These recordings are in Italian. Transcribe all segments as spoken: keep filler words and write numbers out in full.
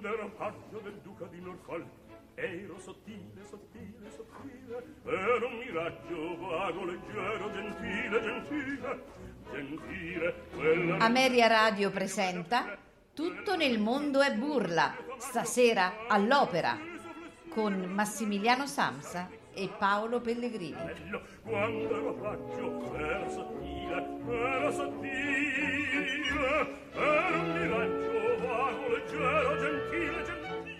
quando ero paggio del duca di Norfolk, ero sottile, sottile, sottile, ero un miraggio vago, leggero, gentile, gentile, gentile. Quella... Ameria Radio presenta Tutto nel mondo è burla, stasera all'Opera, con Massimiliano Samsa e Paolo Pellegrini. Quando ero paggio, ero sottile, ero sottile, ero un miraggio vago, leggero, gentile, gentile.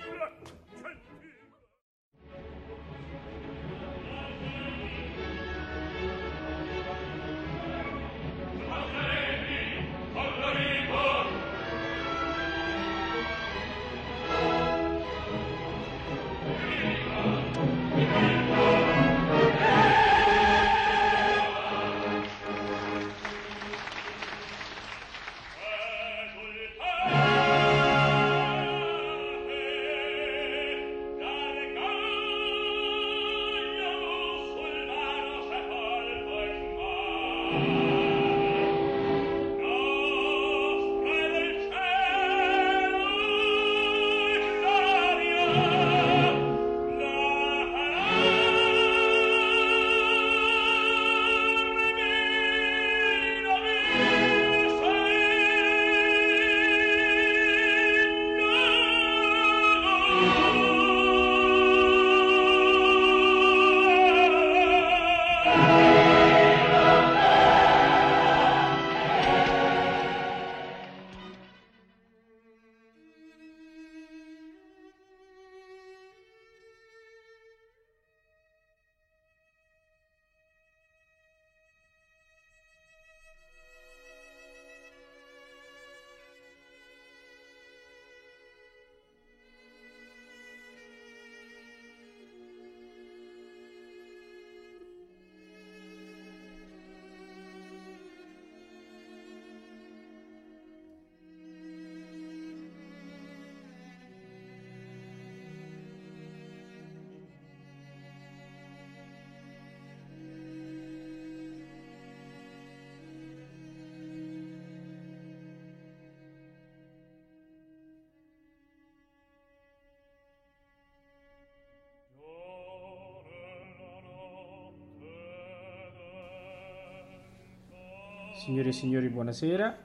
Signore e signori, buonasera.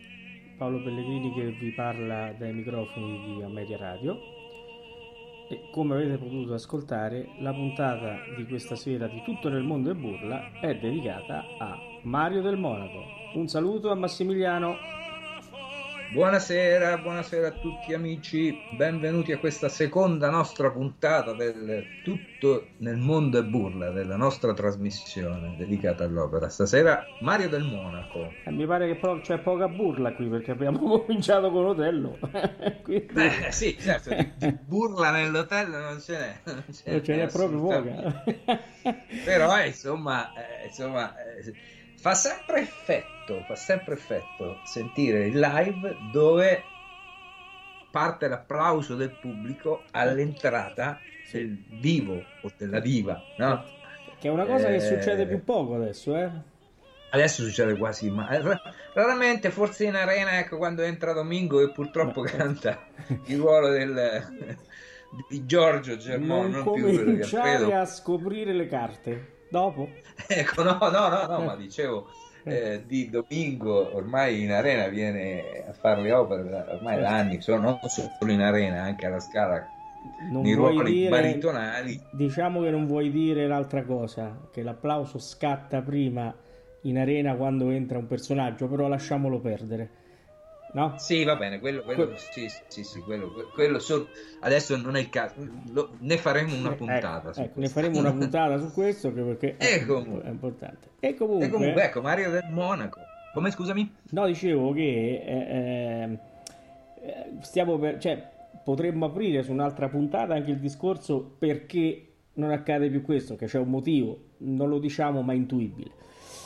Paolo Pellegrini che vi parla dai microfoni di Ameria Radio. E come avete potuto ascoltare, la puntata di questa sera di Tutto nel mondo è burla è dedicata a Mario del Monaco. Un saluto a Massimiliano. Buonasera, buonasera a tutti amici, benvenuti a questa seconda nostra puntata del Tutto nel mondo è burla, della nostra trasmissione dedicata all'opera. Stasera Mario del Monaco. Eh, mi pare che però c'è poca burla qui perché abbiamo cominciato con Otello. Quindi... Beh sì, certo, di, di burla nell'hotel non ce n'è. Non ce, non ce n'è proprio poca. Però eh, insomma, eh, insomma eh, fa sempre effetto, fa sempre effetto sentire il live dove parte l'applauso del pubblico all'entrata del vivo o della diva, no? Che è una cosa eh... che succede più poco adesso, eh? Adesso succede quasi mai, raramente, forse in arena, ecco, quando entra Domingo e purtroppo Beh, canta il ruolo del, di Giorgio Germano, non, non più quello che credo. a scoprire le carte dopo? Ecco, no, no, no, no, ma dicevo eh, di Domingo ormai in arena viene a fare le opere ormai da anni, sono non solo in arena, anche alla Scala, non nei ruoli dire, baritonali. Diciamo che non vuoi dire l'altra cosa, che l'applauso scatta prima in arena quando entra un personaggio, però lasciamolo perdere, no? Sì, va bene, quello, quello que- sì, sì, sì, quello, quello so, adesso non è il caso, lo, ne faremo una puntata. Ecco, su ecco, ne faremo una puntata su questo perché è, e comunque, è importante. E comunque, e comunque, ecco, Mario del Monaco. Come, scusami? No, dicevo che eh, eh, stiamo per, cioè, potremmo aprire su un'altra puntata anche il discorso perché non accade più questo, che c'è un motivo, non lo diciamo ma intuibile.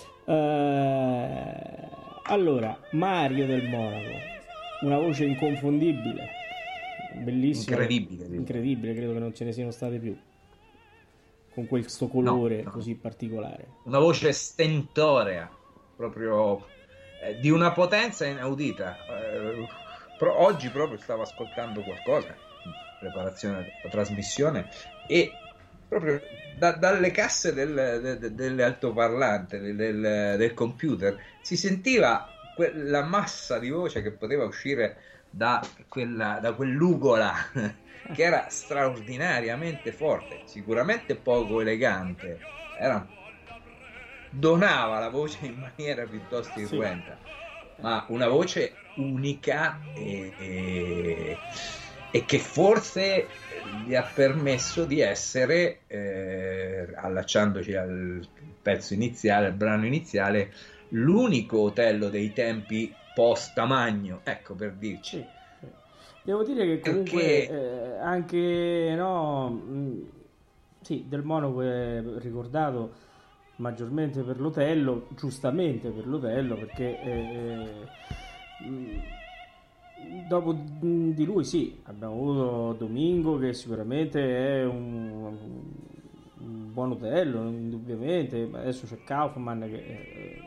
Uh, allora, Mario del Monaco, una voce inconfondibile, bellissima, incredibile, incredibile, credo che non ce ne siano state più con questo colore no, no. così particolare. Una voce stentorea, proprio eh, di una potenza inaudita. Eh, pro- oggi proprio stavo ascoltando qualcosa preparazione della trasmissione, e proprio da, dalle casse del, de, dell'altoparlante del, del, del computer si sentiva quella massa di voce che poteva uscire da, quella, da quell'ugola che era straordinariamente forte, sicuramente poco elegante, era, donava la voce in maniera piuttosto irruenta, sì, ma una voce unica e, e, e che forse gli ha permesso di essere, eh, allacciandoci al pezzo iniziale, al brano iniziale, l'unico Otello dei tempi post Tamagno, ecco, per dirci. Sì. Devo dire che comunque Perché... eh, anche no, mh, sì, Del Monaco è ricordato maggiormente per l'Otello, giustamente per l'Otello, perché eh, mh, dopo di lui sì, abbiamo avuto Domingo, che sicuramente è un, un buon Otello, indubbiamente. Adesso c'è Kaufman che eh,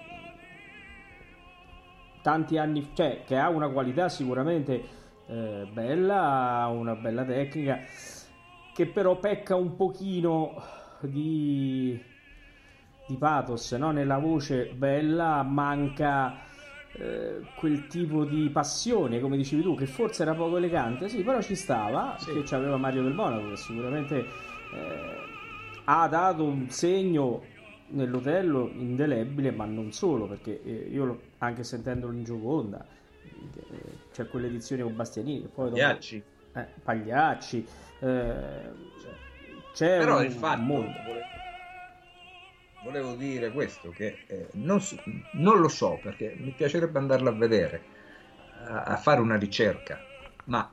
tanti anni, cioè che ha una qualità sicuramente Eh, bella, una bella tecnica, che però pecca un pochino di, di pathos, no? Nella voce bella manca eh, quel tipo di passione, come dicevi tu, che forse era poco elegante, sì, però ci stava, sì, che c'aveva Mario Del Monaco, che sicuramente eh, ha dato un segno nell'Otello indelebile, ma non solo, perché eh, io lo, anche sentendolo in Gioconda, c'è quell'edizione con Bastianini, poi Pagliacci, dopo, eh, Pagliacci eh, c'è però un, il fatto un mondo. Volevo, volevo dire questo, che eh, non, non lo so, perché mi piacerebbe andarlo a vedere, a, a fare una ricerca, ma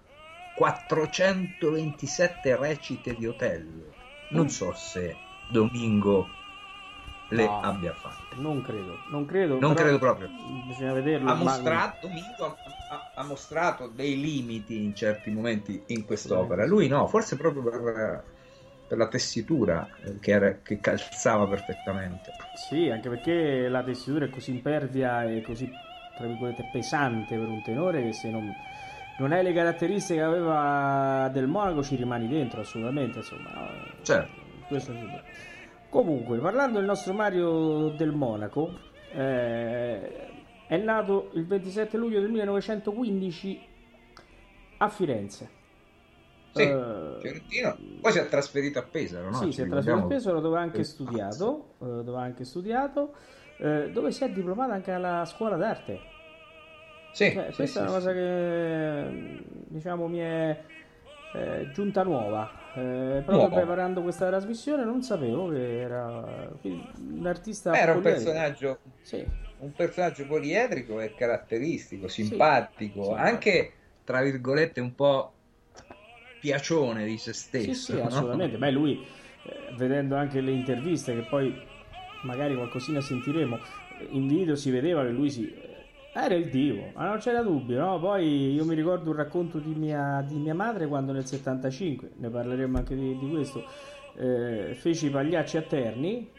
quattrocentoventisette recite di Otello, non mm. so se Domingo le no, abbia fatte. Non credo, non credo, non credo proprio. Bisogna vederlo. Ha mostrato, Domingo ha, ha, ha mostrato dei limiti in certi momenti in quest'opera. Lui no, forse proprio per, per la tessitura che, era, che calzava perfettamente. Sì, anche perché la tessitura è così impervia e così, tra virgolette, pesante per un tenore, che se non, non hai le caratteristiche che aveva Del Monaco ci rimani dentro, assolutamente, insomma. No? Certo. Questo sì. Comunque, parlando del nostro Mario Del Monaco, eh, è nato il ventisette luglio del millenovecentoquindici a Firenze. Sì, uh, Fiorentino. Poi si è trasferito a Pesaro, no? Sì, Ci si è trasferito a Pesaro, dove ha anche studiato, uh, dove ha anche studiato, uh, dove si è diplomato anche alla scuola d'arte. Sì, cioè, sì, questa sì, è una cosa sì. che, diciamo, mi è eh, giunta nuova. Eh, proprio Nuovo. Preparando questa trasmissione non sapevo che era un artista era un poliedrico. personaggio sì. un personaggio poliedrico e caratteristico, simpatico, sì, anche tra virgolette un po' piacione di se stesso. Sì, sì, no? assolutamente. Beh, lui eh, vedendo anche le interviste, che poi magari qualcosina sentiremo, in video si vedeva che lui si era il divo, ma non c'era dubbio, no? Poi io mi ricordo un racconto di mia, di mia madre quando nel settantacinque, ne parleremo anche di, di questo, eh, fece i Pagliacci a Terni.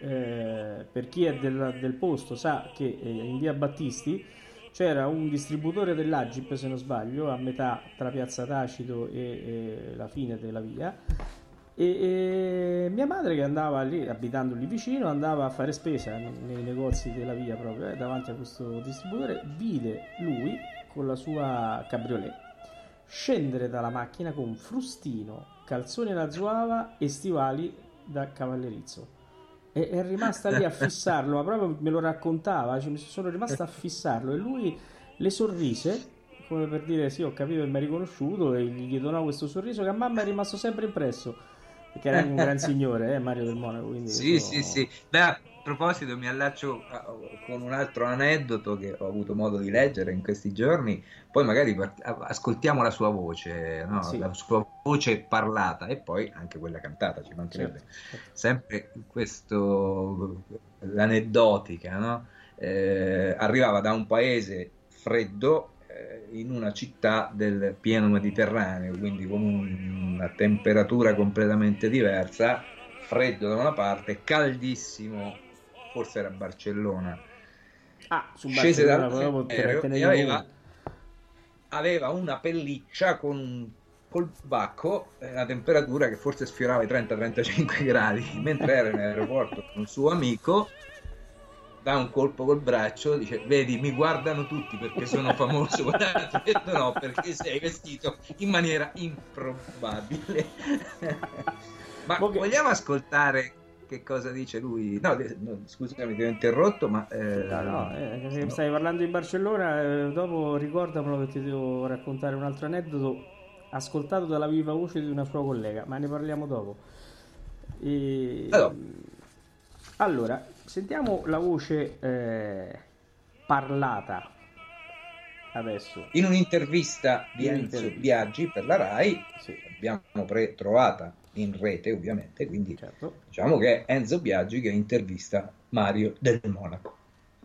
Eh, per chi è del, del posto sa che eh, in via Battisti c'era un distributore dell'Agip, se non sbaglio, a metà tra Piazza Tacito e, e la fine della via. E, e mia madre, che andava lì, abitando lì vicino, andava a fare spesa nei negozi della via proprio eh, davanti a questo distributore, vide lui con la sua cabriolet scendere dalla macchina con frustino, calzoni alla zuava e stivali da cavallerizzo, e è rimasta lì a fissarlo, ma proprio me lo raccontava, cioè, mi sono rimasta a fissarlo, e lui le sorrise come per dire sì, ho capito che mi ha riconosciuto, e gli donò questo sorriso che a mamma è rimasto sempre impresso, perché era un gran signore, eh, Mario Del Monaco. Quindi sì, questo... sì, sì. Beh, a proposito, mi allaccio con un altro aneddoto che ho avuto modo di leggere in questi giorni. Poi magari ascoltiamo la sua voce, no? Sì. La sua voce parlata, e poi anche quella cantata, ci mancherebbe. Certo, certo. Sempre questo, l'aneddotica, no? Eh, arrivava da un paese freddo in una città del pieno Mediterraneo, quindi con una temperatura completamente diversa, freddo da una parte, caldissimo, forse era Barcellona. Ah, su scese Barcellona dall'aereo e aveva, aveva una pelliccia con un col bacco eh, la temperatura che forse sfiorava i trenta trentacinque gradi, mentre era in aeroporto con un suo amico, dà un colpo col braccio, dice: vedi, mi guardano tutti perché sono famoso. Ha detto: no, perché sei vestito in maniera improbabile. Ma okay, vogliamo ascoltare che cosa dice lui? No, no, scusami, ti ho interrotto, ma eh, no, no, eh, se stai parlando di Barcellona, eh, dopo ricordamelo che ti devo raccontare un altro aneddoto ascoltato dalla viva voce di una sua collega, ma ne parliamo dopo. E... allora. allora, sentiamo la voce eh, parlata adesso. In un'intervista di Enzo Biagi per la Rai, sì, l'abbiamo pre- trovata in rete ovviamente, quindi certo, diciamo che è Enzo Biagi che intervista Mario Del Monaco.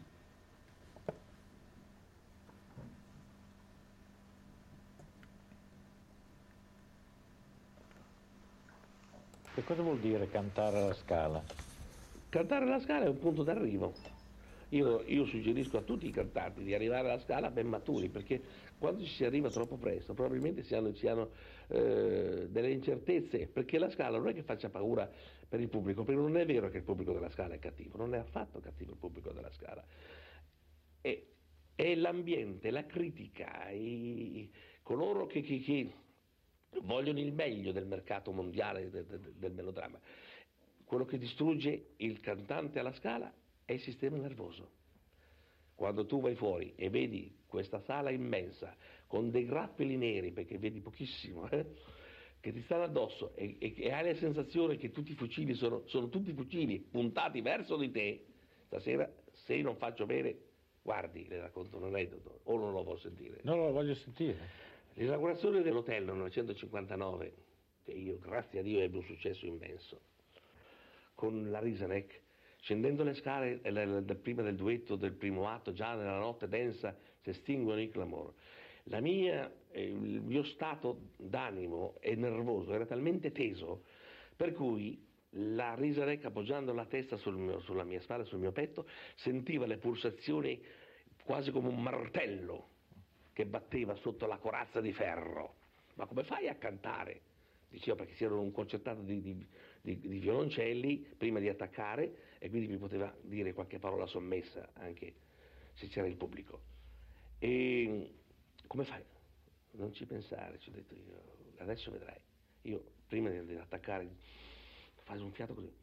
Che cosa vuol dire cantare alla Scala? Cantare alla Scala è un punto d'arrivo. Io, io suggerisco a tutti i cantanti di arrivare alla Scala ben maturi, perché quando ci si arriva troppo presto probabilmente si hanno, si hanno eh, delle incertezze, perché la Scala non è che faccia paura per il pubblico, perché non è vero che il pubblico della Scala è cattivo, non è affatto cattivo il pubblico della Scala. È, è l'ambiente, la critica, i, coloro che, che, che vogliono il meglio del mercato mondiale del, del, del melodramma. Quello che distrugge il cantante alla Scala è il sistema nervoso. Quando tu vai fuori e vedi questa sala immensa con dei grappoli neri, perché vedi pochissimo, eh, che ti stanno addosso e, e, e hai la sensazione che tutti i fucili sono, sono tutti fucili puntati verso di te, stasera se io non faccio bene, guardi, le racconto un aneddoto, o non lo vuoi sentire? No, no, lo voglio sentire. L'inaugurazione dell'hotel nel millenovecentocinquantanove, che io, grazie a Dio, ebbe un successo immenso, con la Risanek, scendendo le scale eh, prima del duetto del primo atto, già nella notte densa si estinguono i clamor. La mia, eh, il mio stato d'animo e nervoso era talmente teso, per cui la Risanek, appoggiando la testa sul mio, sulla mia spalla, sul mio petto, sentiva le pulsazioni quasi come un martello che batteva sotto la corazza di ferro. Ma come fai a cantare? Dicevo, perché c'era un concertato di, di, di, di violoncelli prima di attaccare, e quindi mi poteva dire qualche parola sommessa anche se c'era il pubblico. E come fai? Non ci pensare, ci ho detto io, adesso vedrai. Io prima di attaccare fai un fiato così.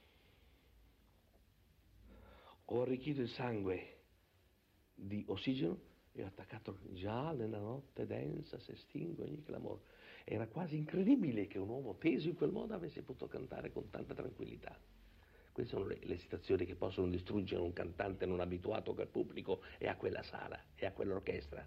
Ho arricchito il sangue di ossigeno e ho attaccato già nella notte densa si estingue ogni clamore. Era quasi incredibile che un uomo teso in quel modo avesse potuto cantare con tanta tranquillità. Queste sono le, le situazioni che possono distruggere un cantante non abituato al pubblico e a quella sala e a quell'orchestra.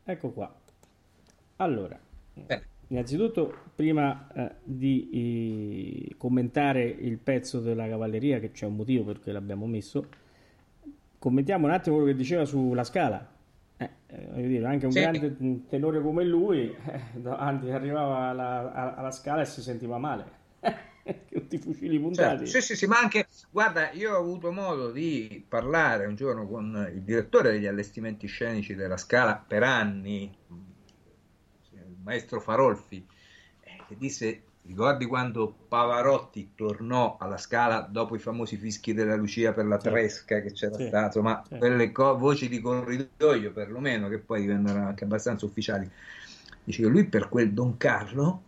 ecco qua. Allora, Bene. innanzitutto, prima eh, di eh, commentare il pezzo della cavalleria, che c'è un motivo per cui l'abbiamo messo, commentiamo un attimo quello che diceva sulla Scala. Eh, eh, voglio dire, anche un Sì. grande tenore come lui, eh, davanti arrivava alla, alla- alla Scala e si sentiva male. Tutti i fucili Certo, puntati. sì, sì, sì, ma anche, guarda, io ho avuto modo di parlare un giorno con il direttore degli allestimenti scenici della Scala per anni, il maestro Farolfi, eh, che disse, ricordi quando Pavarotti tornò alla Scala dopo i famosi fischi della Lucia per la Sì. tresca che c'era Sì. stato, ma Sì. quelle co- voci di corridoio perlomeno, che poi divennero anche abbastanza ufficiali, dice che lui per quel Don Carlo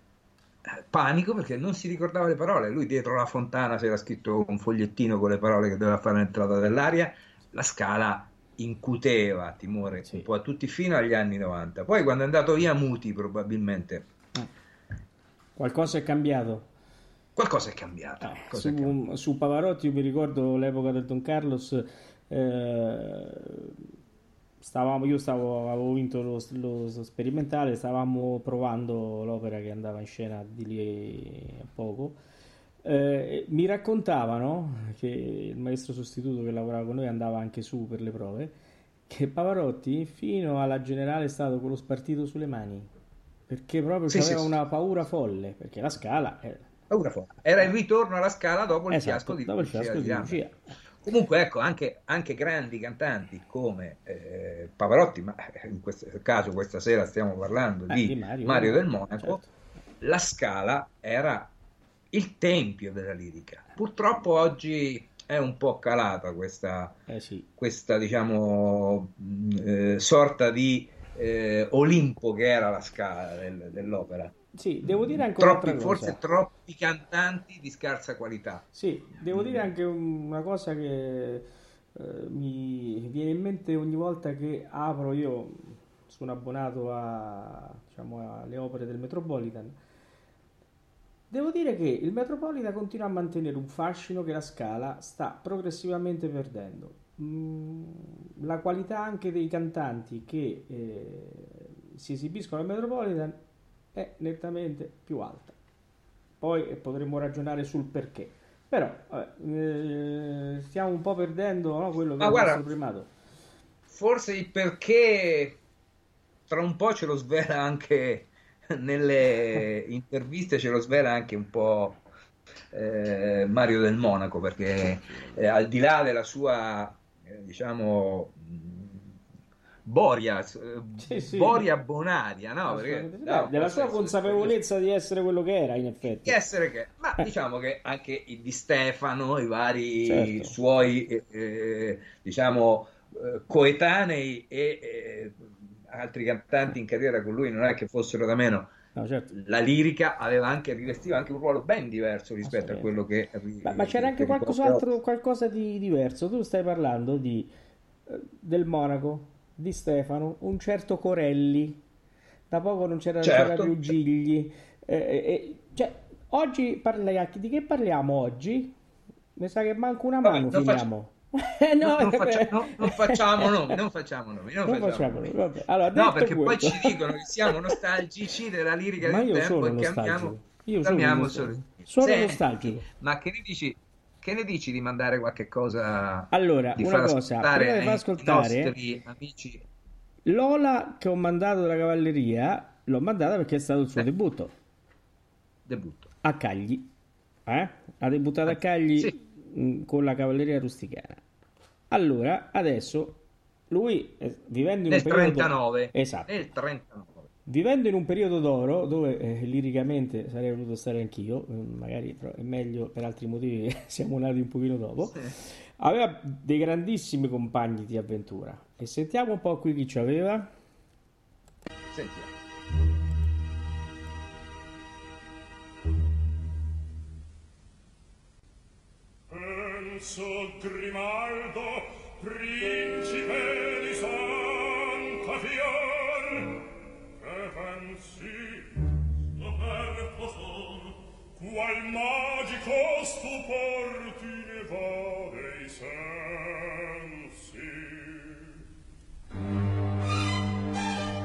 panico perché non si ricordava le parole. Lui dietro la fontana si era scritto un fogliettino con le parole che doveva fare l'entrata dell'aria. La Scala incuteva timore Sì. un po' a tutti fino agli anni novanta. Poi quando è andato via Muti probabilmente Qualcosa è cambiato. qualcosa è cambiato. Eh, Qualcosa è cambiato. su, su Pavarotti, io mi ricordo l'epoca del Don Carlos, eh, stavamo, io stavo, avevo vinto lo, lo sperimentale, stavamo provando l'opera che andava in scena di lì a poco. Eh, mi raccontavano che il maestro sostituto che lavorava con noi andava anche su per le prove, che Pavarotti fino alla generale è stato con lo spartito sulle mani, perché proprio Sì, aveva sì, sì. una paura folle, perché la Scala è... Paura forte. Era il ritorno alla Scala dopo il Esatto, fiasco di dopo il Lucia fiasco di di Lambert. Lucia. Comunque, ecco, anche, anche grandi cantanti come eh, Pavarotti, ma in questo caso questa sera stiamo parlando Eh, di, di Mario, Mario eh, del Monaco, certo. la Scala era il tempio della lirica. Purtroppo oggi è un po' calata questa, Eh sì, questa diciamo, mh, eh, sorta di eh, Olimpo che era la Scala del- dell'opera. sì, devo dire anche Troppi, un'altra cosa. forse troppi cantanti di scarsa qualità. Sì, devo dire anche una cosa che eh, mi viene in mente ogni volta che apro, io sono abbonato a, diciamo, alle opere del Metropolitan. Devo dire che il Metropolitan continua a mantenere un fascino che la Scala sta progressivamente perdendo. Mm, la qualità anche dei cantanti che eh, si esibiscono al Metropolitan è nettamente più alta. Poi eh, potremmo ragionare sul perché. Però vabbè, eh, stiamo un po' perdendo, no, quello che Ma è il guarda, nostro primato. forse il perché tra un po' ce lo svela anche nelle interviste, ce lo svela anche un po' eh, Mario del Monaco, perché eh, al di là della sua, eh, diciamo, mh, boria, eh, Sì, sì. boria bonaria, no? Perché, Assolutamente sì. no, Beh, della forse- sua consapevolezza di essere quello che era, in effetti. di essere che, ma diciamo che anche i Di Stefano, i vari Certo. suoi, eh, eh, diciamo, eh, coetanei e eh, altri cantanti in carriera con lui non è che fossero da meno. No, certo. La lirica aveva anche, rivestiva anche un ruolo ben diverso rispetto a quello Assolutamente. che ri- Ma, ma c'era anche che ricorda qualcos'altro, oggi. qualcosa di diverso. Tu stai parlando di, eh, del Monaco, di Stefano, un certo Corelli. Da poco non c'era, Certo. c'era più Gigli. Eh, eh, cioè, oggi parliamo, di che parliamo oggi? Mi sa che manca una Vabbè, mano, non finiamo. Eh, no, Non, non eh, faccia- beh. no, non facciamo nomi, non facciamo nomi, non Non facciamo facciamo nomi. nomi, vabbè. Allora, No, detto perché poi questo- ci dicono che siamo nostalgici della lirica Ma del io tempo sono e chiamiamo, nostalgico. Io sono chiamiamo nostalgico. solo- Sono Senti, nostalgico. ma che ne dici, che ne dici di mandare qualche cosa, Allora, di una far cosa, ascoltare prima di ai far ascoltare- nostri amici? Lola che ho mandato dalla cavalleria, l'ho mandata perché è stato il suo Eh. debutto Debutto. a Cagli. Eh? Ha debuttato a Cagli Sì. mh, con la cavalleria rusticana. Allora, adesso lui, eh, vivendo in Nel un periodo... trentanove. Esatto. Nel trentanove. Vivendo in un periodo d'oro dove eh, liricamente sarei voluto stare anch'io, eh, magari però è meglio per altri motivi, siamo nati un pochino dopo, Sì. aveva dei grandissimi compagni di avventura. E sentiamo un po' qui chi ci aveva. Sentiamo. Penso Grimaldo, principe di Santa Fior, che pensi scoperto son, qual magico stupor ti ne vade i sensi.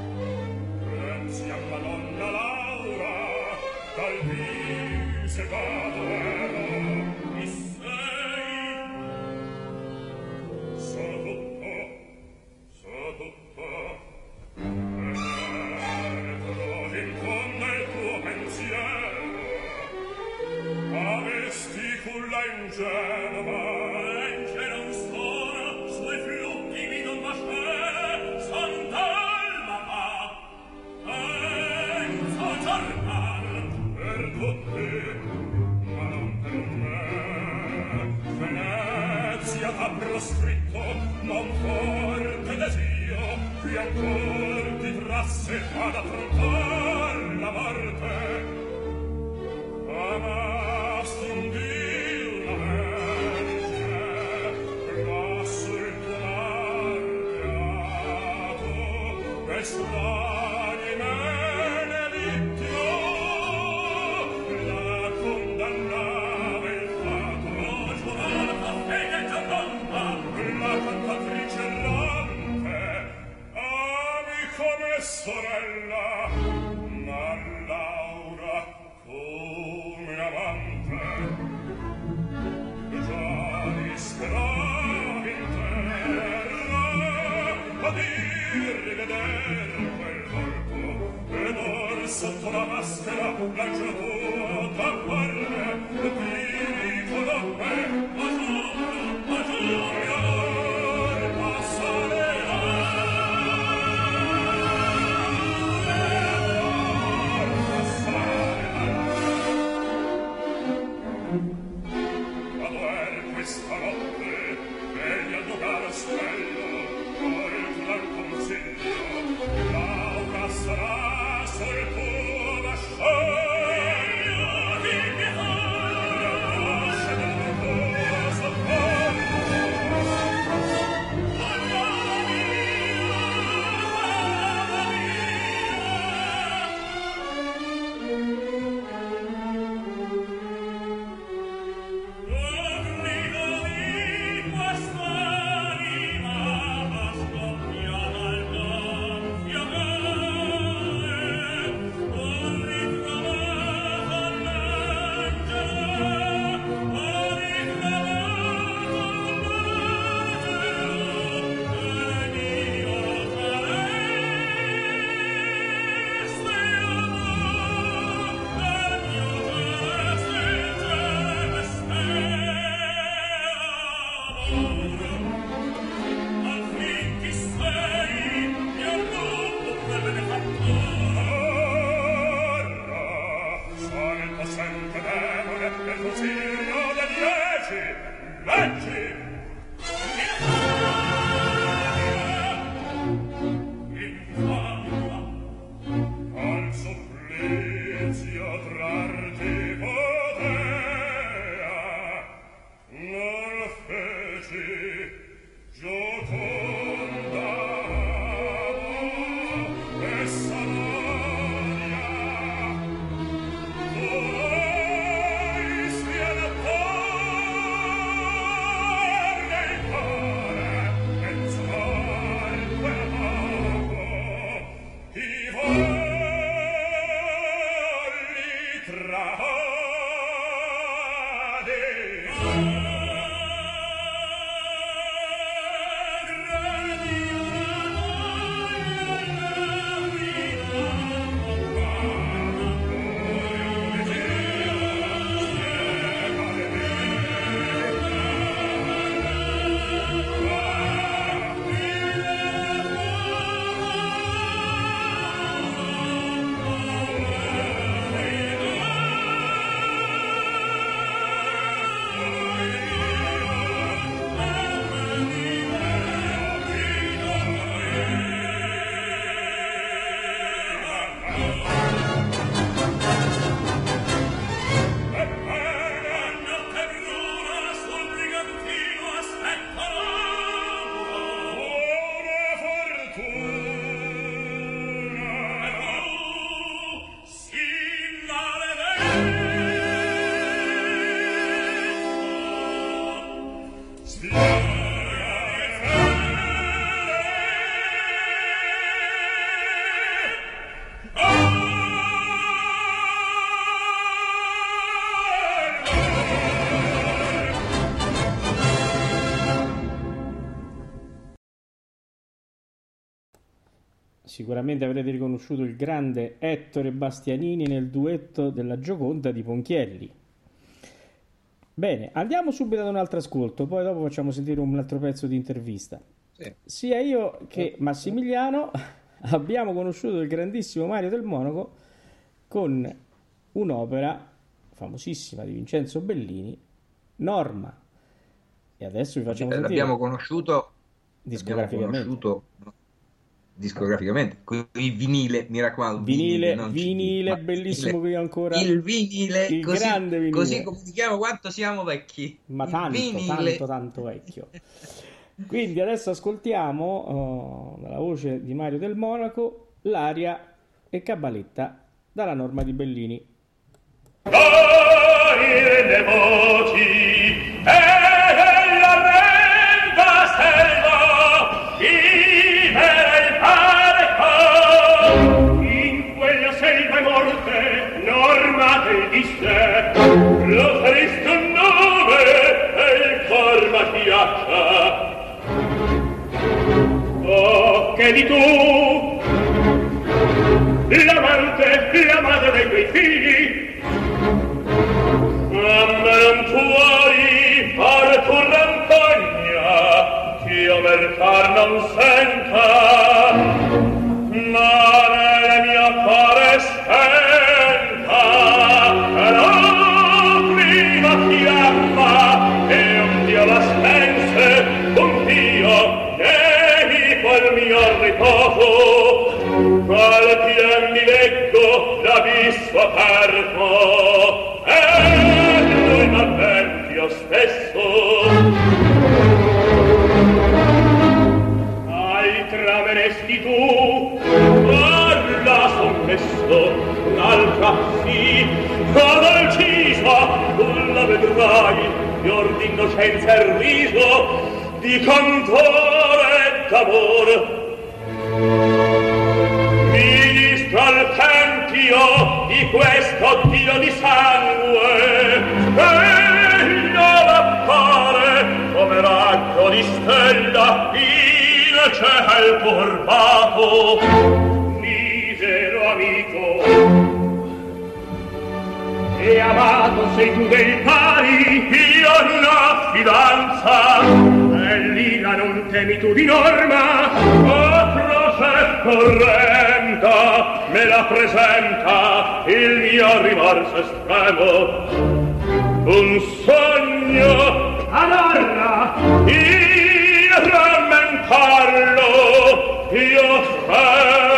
sia t'ha proscritto non forte desio qui ancor ti trasse ad affrontar la morte. Amasti un Dio, una verge, lasso il tuo marriato, e strani mene vittima, la condannava il fato. Giurata fede giornata, la cantatrice errante, ami come sorella, ma Laura come amante. Già disgravi in terra, a dir rivedere quel volto, ed or sotto la maschera la giornata apparve, ti dico da me, ma giuro, ma giuro, passare questa notte vegli al lugar spello oltre dal consiglio Laura sarà sul tuo vascello di pietà conosce del tuo soccorso Anna mia Anna Sicuramente avrete riconosciuto il grande Ettore Bastianini nel duetto della Gioconda di Ponchielli. Bene, andiamo subito ad un altro ascolto, poi dopo facciamo sentire un altro pezzo di intervista. Sì. Sia io che Massimiliano abbiamo conosciuto il grandissimo Mario del Monaco con un'opera famosissima di Vincenzo Bellini, Norma. E adesso vi facciamo Eh, sentire L'abbiamo conosciuto, l'abbiamo discograficamente. conosciuto discograficamente, con il vinile, mi raccomando, Vinile, non C D, vinile, ma bellissimo vinile. che io ancora... Il vinile, il così, grande vinile. così comunichiamo quanto siamo vecchi. Ma Il tanto, vinile. tanto, tanto vecchio. Quindi adesso ascoltiamo uh, dalla voce di Mario Del Monaco l'aria e Cabaletta dalla Norma di Bellini. Dai le voci e della renda selva vivere il parco. In quella selva morte Norma te disse lo triste nome e il cor la chiaccia. Oh, che di tu l'amante, la madre dei tuoi figli, a me non puoi fare tu rampagna, che io mercar non senta, ma nella mia cuore spenta, la prima fiamma, e un Dio la spense, un Dio che mi qual mio riposo, qual pien mi leggo l'abisso aperto, e lui m'avverti io stesso. Ai tramenesti tu, alla sommesso, un'altra sì, con uccisa, tu la vedrai, fior d'innocenza e riso, di cantore d'amor. Mi stralcantio di questo Dio di sangue, e non appare come raggio di stella in ciel turbato. Misero amico, e amato sei tu del pari, io una fidanza, e l'ira non temi tu di Norma, atroce correnta, me la presenta il mio rimorso estremo. Un sogno amarra, il rammentarlo, io fremo.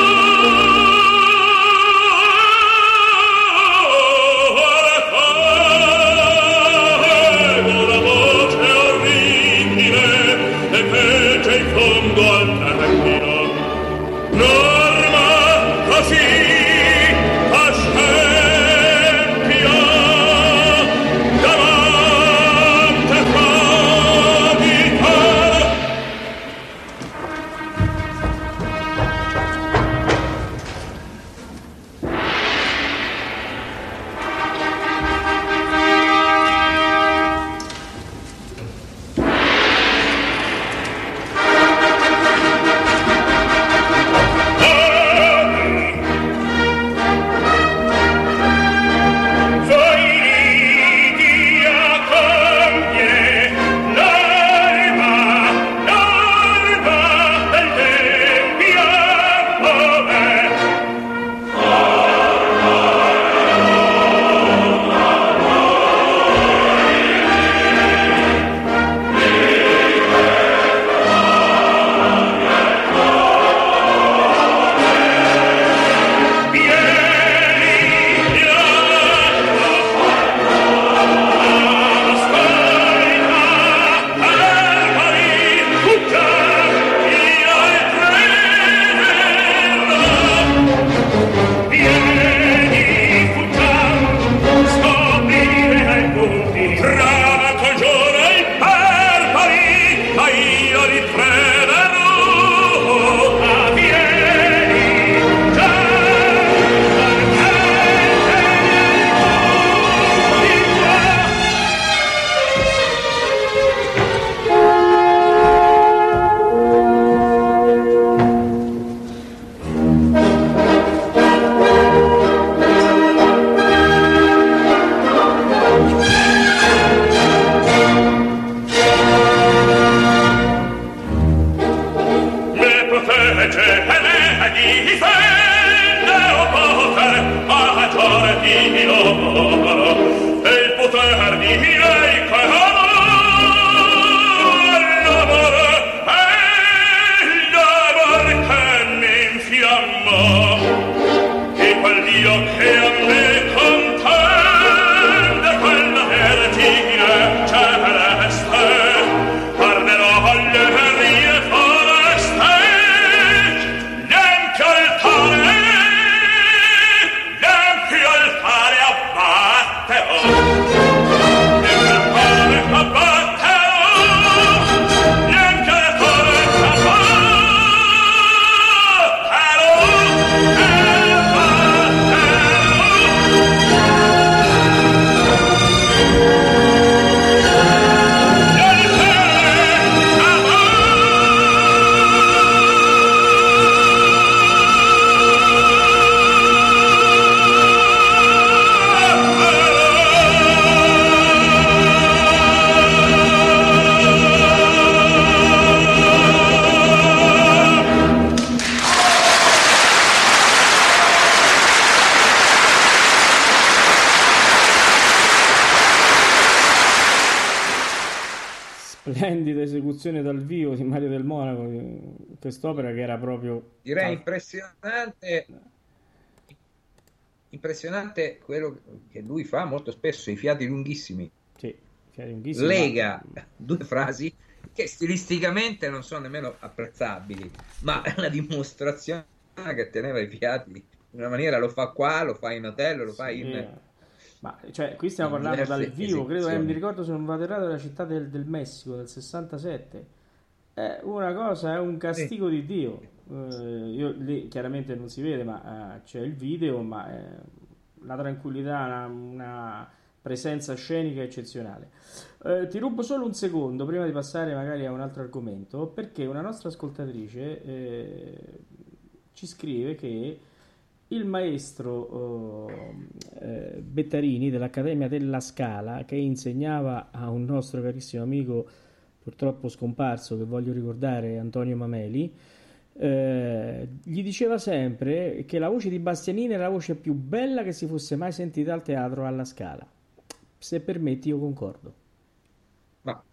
Oh splendida esecuzione dal vivo di Mario del Monaco, di quest'opera che era proprio... Direi impressionante, impressionante quello che lui fa molto spesso, i fiati lunghissimi. Sì, fiati lunghissimi. Lega ma... due frasi che stilisticamente non sono nemmeno apprezzabili, ma è una dimostrazione che teneva i fiati in una maniera, lo fa qua, lo fa in hotel, lo fa in... Sì. Ma cioè, qui stiamo parlando dal vivo, credo che mi ricordo se non vado errato della città del, del Messico del sessantasette. È una cosa, è un castigo sì. di Dio. Eh, io lì chiaramente non si vede, ma eh, c'è il video, ma è una tranquillità, una, una presenza scenica eccezionale. Eh, ti rubo solo un secondo prima di passare magari a un altro argomento, perché una nostra ascoltatrice eh, ci scrive che il maestro eh, Bettarini dell'Accademia della Scala, che insegnava a un nostro carissimo amico purtroppo scomparso, che voglio ricordare, Antonio Mameli, eh, gli diceva sempre che la voce di Bastianini era la voce più bella che si fosse mai sentita al teatro alla Scala. Se permetti, io concordo. Ma,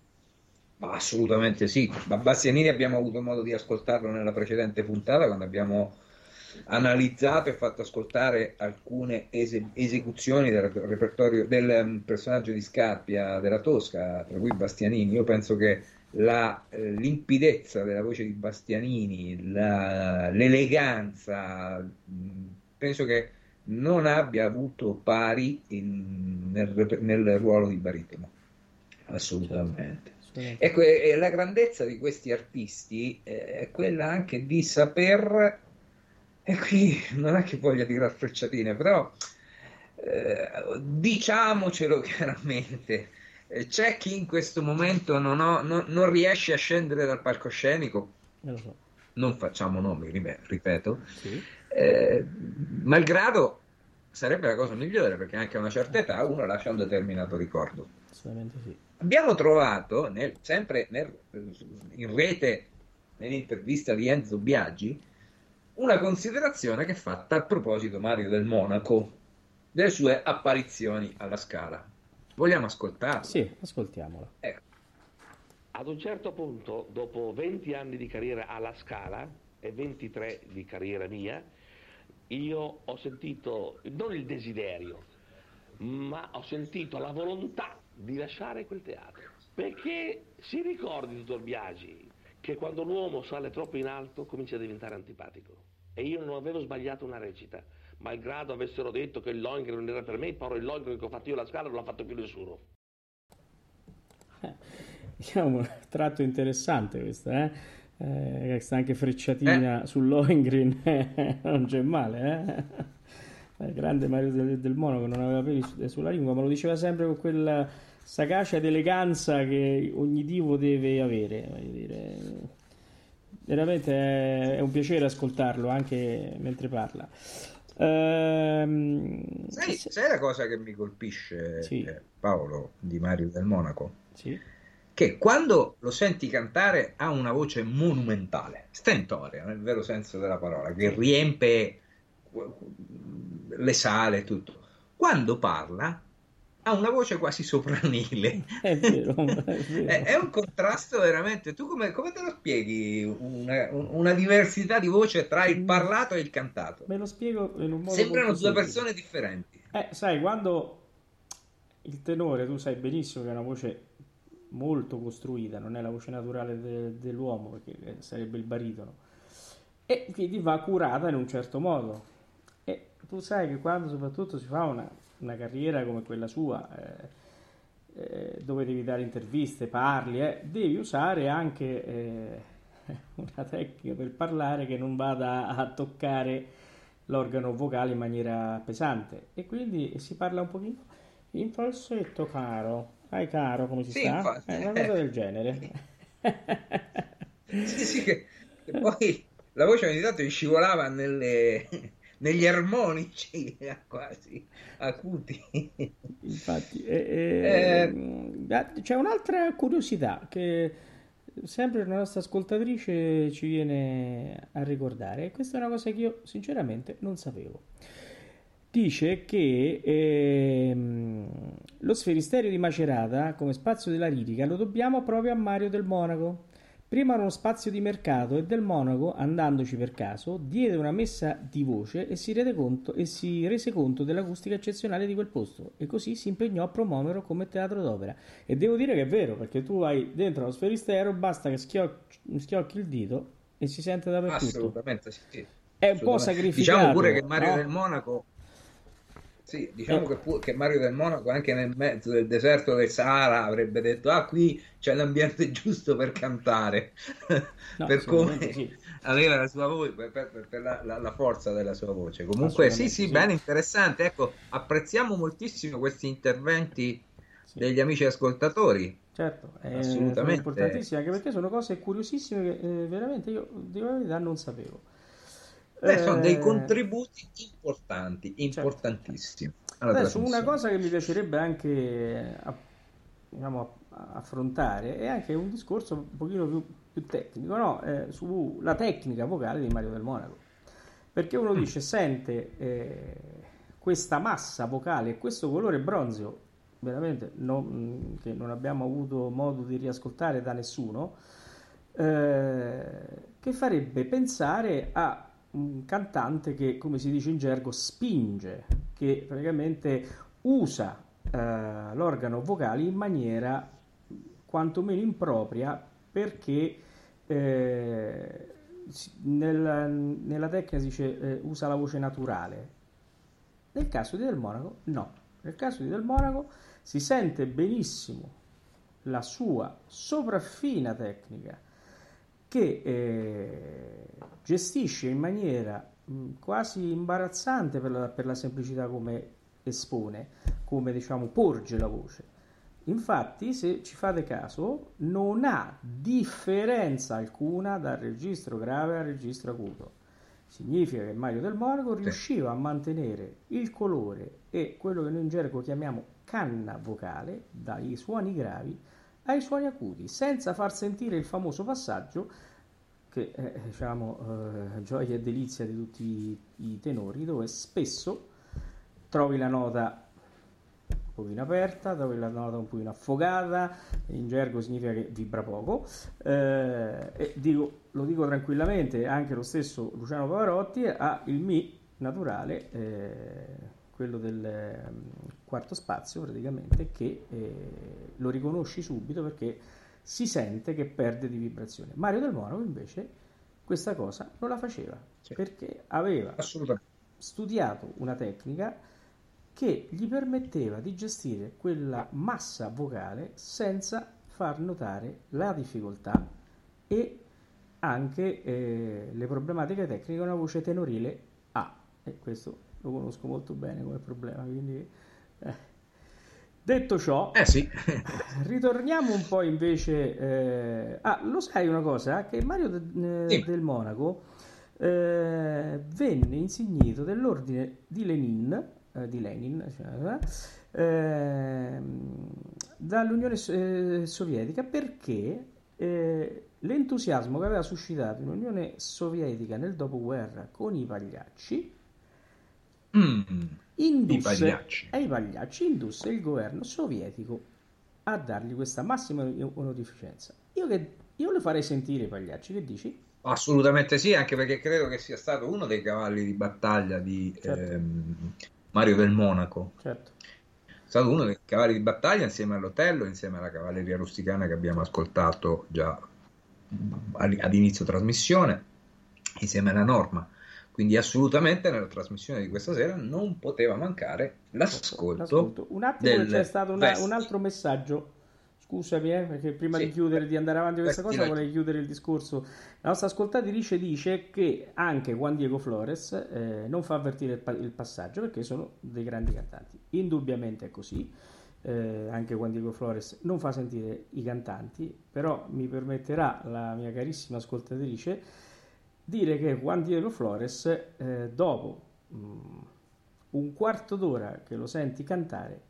ma assolutamente sì. Ma Bastianini abbiamo avuto modo di ascoltarlo nella precedente puntata, quando abbiamo analizzato e fatto ascoltare alcune ese- esecuzioni del repertorio del um, personaggio di Scarpia della Tosca, tra cui Bastianini. Io penso che la, eh, limpidezza della voce di Bastianini, la, l'eleganza, mh, penso che non abbia avuto pari in, nel, nel ruolo di baritono, assolutamente. Sì. Ecco, e, e la grandezza di questi artisti eh, è quella anche di saper... E qui non è che voglia tirare frecciatine, però eh, diciamocelo chiaramente, eh, c'è chi in questo momento non, ho, non, non riesce a scendere dal palcoscenico, so. Non facciamo nomi, ripeto, sì. eh, malgrado sarebbe la cosa migliore, perché anche a una certa età uno lascia un determinato ricordo. Assolutamente sì. Abbiamo trovato, nel, sempre nel, in rete, nell'intervista di Enzo Biagi, una considerazione che è fatta a proposito Mario del Monaco, delle sue apparizioni alla Scala. Vogliamo ascoltarla? Sì, ascoltiamola. Ecco. Ad un certo punto, dopo venti anni di carriera alla Scala e ventitré di carriera mia, io ho sentito non il desiderio, ma ho sentito la volontà di lasciare quel teatro. Perché si ricordi, dottor Biagi, che quando l'uomo sale troppo in alto comincia a diventare antipatico. E io non avevo sbagliato una recita, malgrado avessero detto che il Lohengrin non era per me, però il Lohengrin che ho fatto io alla Scala non l'ha fatto più nessuno. Eh, diciamo, un tratto interessante questo, eh? Eh, questa anche frecciatina eh. sul Lohengrin, eh, non c'è male, eh? Il grande Mario del, del Monaco non aveva peli sulla lingua, ma lo diceva sempre con quella sagacia ed eleganza che ogni divo deve avere, voglio dire. Veramente è un piacere ascoltarlo anche mentre parla. Ehm, sai, se... sai la cosa che mi colpisce, sì. eh, Paolo, di Mario del Monaco? Sì. Che quando lo senti cantare ha una voce monumentale, stentorea nel vero senso della parola, che riempie le sale e tutto. Quando parla ha una voce quasi sopranile. È vero, è vero. È, è un contrasto veramente. Tu come, come te lo spieghi una, una diversità di voce tra il parlato e il cantato? Me lo spiego in un modo sembrano due semplice. persone differenti. Eh, sai, quando il tenore, tu sai benissimo che è una voce molto costruita, non è la voce naturale de, dell'uomo, perché sarebbe il baritono, e quindi va curata in un certo modo. E tu sai che quando soprattutto si fa una una carriera come quella sua, eh, eh, dove devi dare interviste, parli, eh, devi usare anche eh, una tecnica per parlare che non vada a toccare l'organo vocale in maniera pesante, e quindi si parla un pochino in falsetto, caro. Hai caro, come si sì, sta? Infatti, È una cosa del genere. Sì, sì, che, che poi la voce ogni tanto scivolava nelle... negli armonici quasi acuti. Infatti eh, eh, c'è un'altra curiosità che sempre la nostra ascoltatrice ci viene a ricordare, e questa è una cosa che io sinceramente non sapevo. Dice che eh, Lo Sferisterio di Macerata, come spazio della lirica, lo dobbiamo proprio a Mario del Monaco. Prima era uno spazio di mercato e Del Monaco, andandoci per caso, diede una messa di voce e si, rese conto, e si rese conto dell'acustica eccezionale di quel posto e così si impegnò a promuoverlo come teatro d'opera. E devo dire che è vero, perché tu vai dentro lo Sferisterio, basta che schiocchi, schiocchi il dito e si sente dappertutto. Assolutamente sì. È un po' Assolutamente. sacrificato. Diciamo pure che Mario no? del Monaco, sì, diciamo Eh. che, pu- che Mario del Monaco anche nel mezzo del deserto del Sahara avrebbe detto: ah, qui c'è l'ambiente giusto per cantare. No, Per come sicuramente sì. aveva la sua voce, per, per- per la, la- la forza della sua voce. Comunque sì, Assolutamente sì, sì. bene, interessante. Ecco, apprezziamo moltissimo questi interventi Sì. degli amici ascoltatori. Certo, eh, sono Assolutamente. importantissime anche perché sono cose curiosissime che eh, veramente io, dico la verità, non sapevo. Beh, sono dei Eh, contributi importanti, certo. importantissimi alla Adesso una trasmissione. cosa che mi piacerebbe anche a- diciamo, a- affrontare è anche un discorso un pochino più, più tecnico, no? Eh, sulla tecnica vocale di Mario del Monaco. Perché uno Mm. dice, sente eh, questa massa vocale e questo colore bronzeo, veramente non- che non abbiamo avuto modo di riascoltare da nessuno, eh, che farebbe pensare a un cantante che, come si dice in gergo, spinge, che praticamente usa eh, l'organo vocale in maniera quantomeno impropria perché eh, si- nella, nella tecnica si dice eh, usa la voce naturale. Nel caso di Del Monaco no, nel caso di Del Monaco si sente benissimo la sua sopraffina tecnica che eh, gestisce in maniera mh, quasi imbarazzante per la, per la semplicità come espone, come diciamo porge la voce. Infatti, se ci fate caso, non ha differenza alcuna dal registro grave al registro acuto. Significa che Mario Del Monaco Sì. riusciva a mantenere il colore e quello che noi in gergo chiamiamo canna vocale, dai suoni gravi ai suoni acuti, senza far sentire il famoso passaggio che è diciamo, eh, gioia e delizia di tutti i, i tenori, dove spesso trovi la nota un pochino aperta, trovi la nota un pochino affogata, in gergo significa che vibra poco, eh, e dico, lo dico tranquillamente, anche lo stesso Luciano Pavarotti ha il Mi naturale, eh, quello del eh, quarto spazio praticamente, che eh, lo riconosci subito perché si sente che perde di vibrazione. Mario Del Monaco invece questa cosa non la faceva, Sì. perché aveva Assolutamente. studiato una tecnica che gli permetteva di gestire quella massa vocale senza far notare la difficoltà e anche eh, le problematiche tecniche che una voce tenorile ha, e questo lo conosco molto bene come problema, quindi eh. Detto ciò, Eh sì. ritorniamo un po' invece eh, ah, lo sai una cosa? Che Mario de- eh, Sì. del Monaco eh, venne insignito dell'ordine di Lenin, eh, di Lenin cioè, eh, dall'Unione So- eh, Sovietica perché eh, l'entusiasmo che aveva suscitato in Unione Sovietica nel dopoguerra con i pagliacci Mm. I indusse, pagliacci. ai pagliacci indusse il governo sovietico a dargli questa massima onorificenza. Io, che, io le farei sentire i pagliacci, che dici? Assolutamente sì, anche perché credo che sia stato uno dei cavalli di battaglia di Certo. ehm, Mario del Monaco. Certo. È stato uno dei cavalli di battaglia insieme all'Otello, insieme alla cavalleria rusticana che abbiamo ascoltato già ad ad inizio trasmissione, insieme alla Norma. Quindi assolutamente nella trasmissione di questa sera non poteva mancare l'ascolto, L'ascolto. Un attimo, del che c'è stato una- Vesti. un altro messaggio. Scusami, eh, perché prima Sì. di chiudere, di andare avanti con questa Vesti, cosa, vai. vorrei chiudere il discorso. La nostra ascoltatrice dice che anche Juan Diego Flores eh, non fa avvertire il, pa- il passaggio perché sono dei grandi cantanti. Indubbiamente è così. Eh, anche Juan Diego Flores non fa sentire i cantanti, però mi permetterà la mia carissima ascoltatrice dire che Juan Diego Flores, eh, dopo mh, un quarto d'ora che lo senti cantare,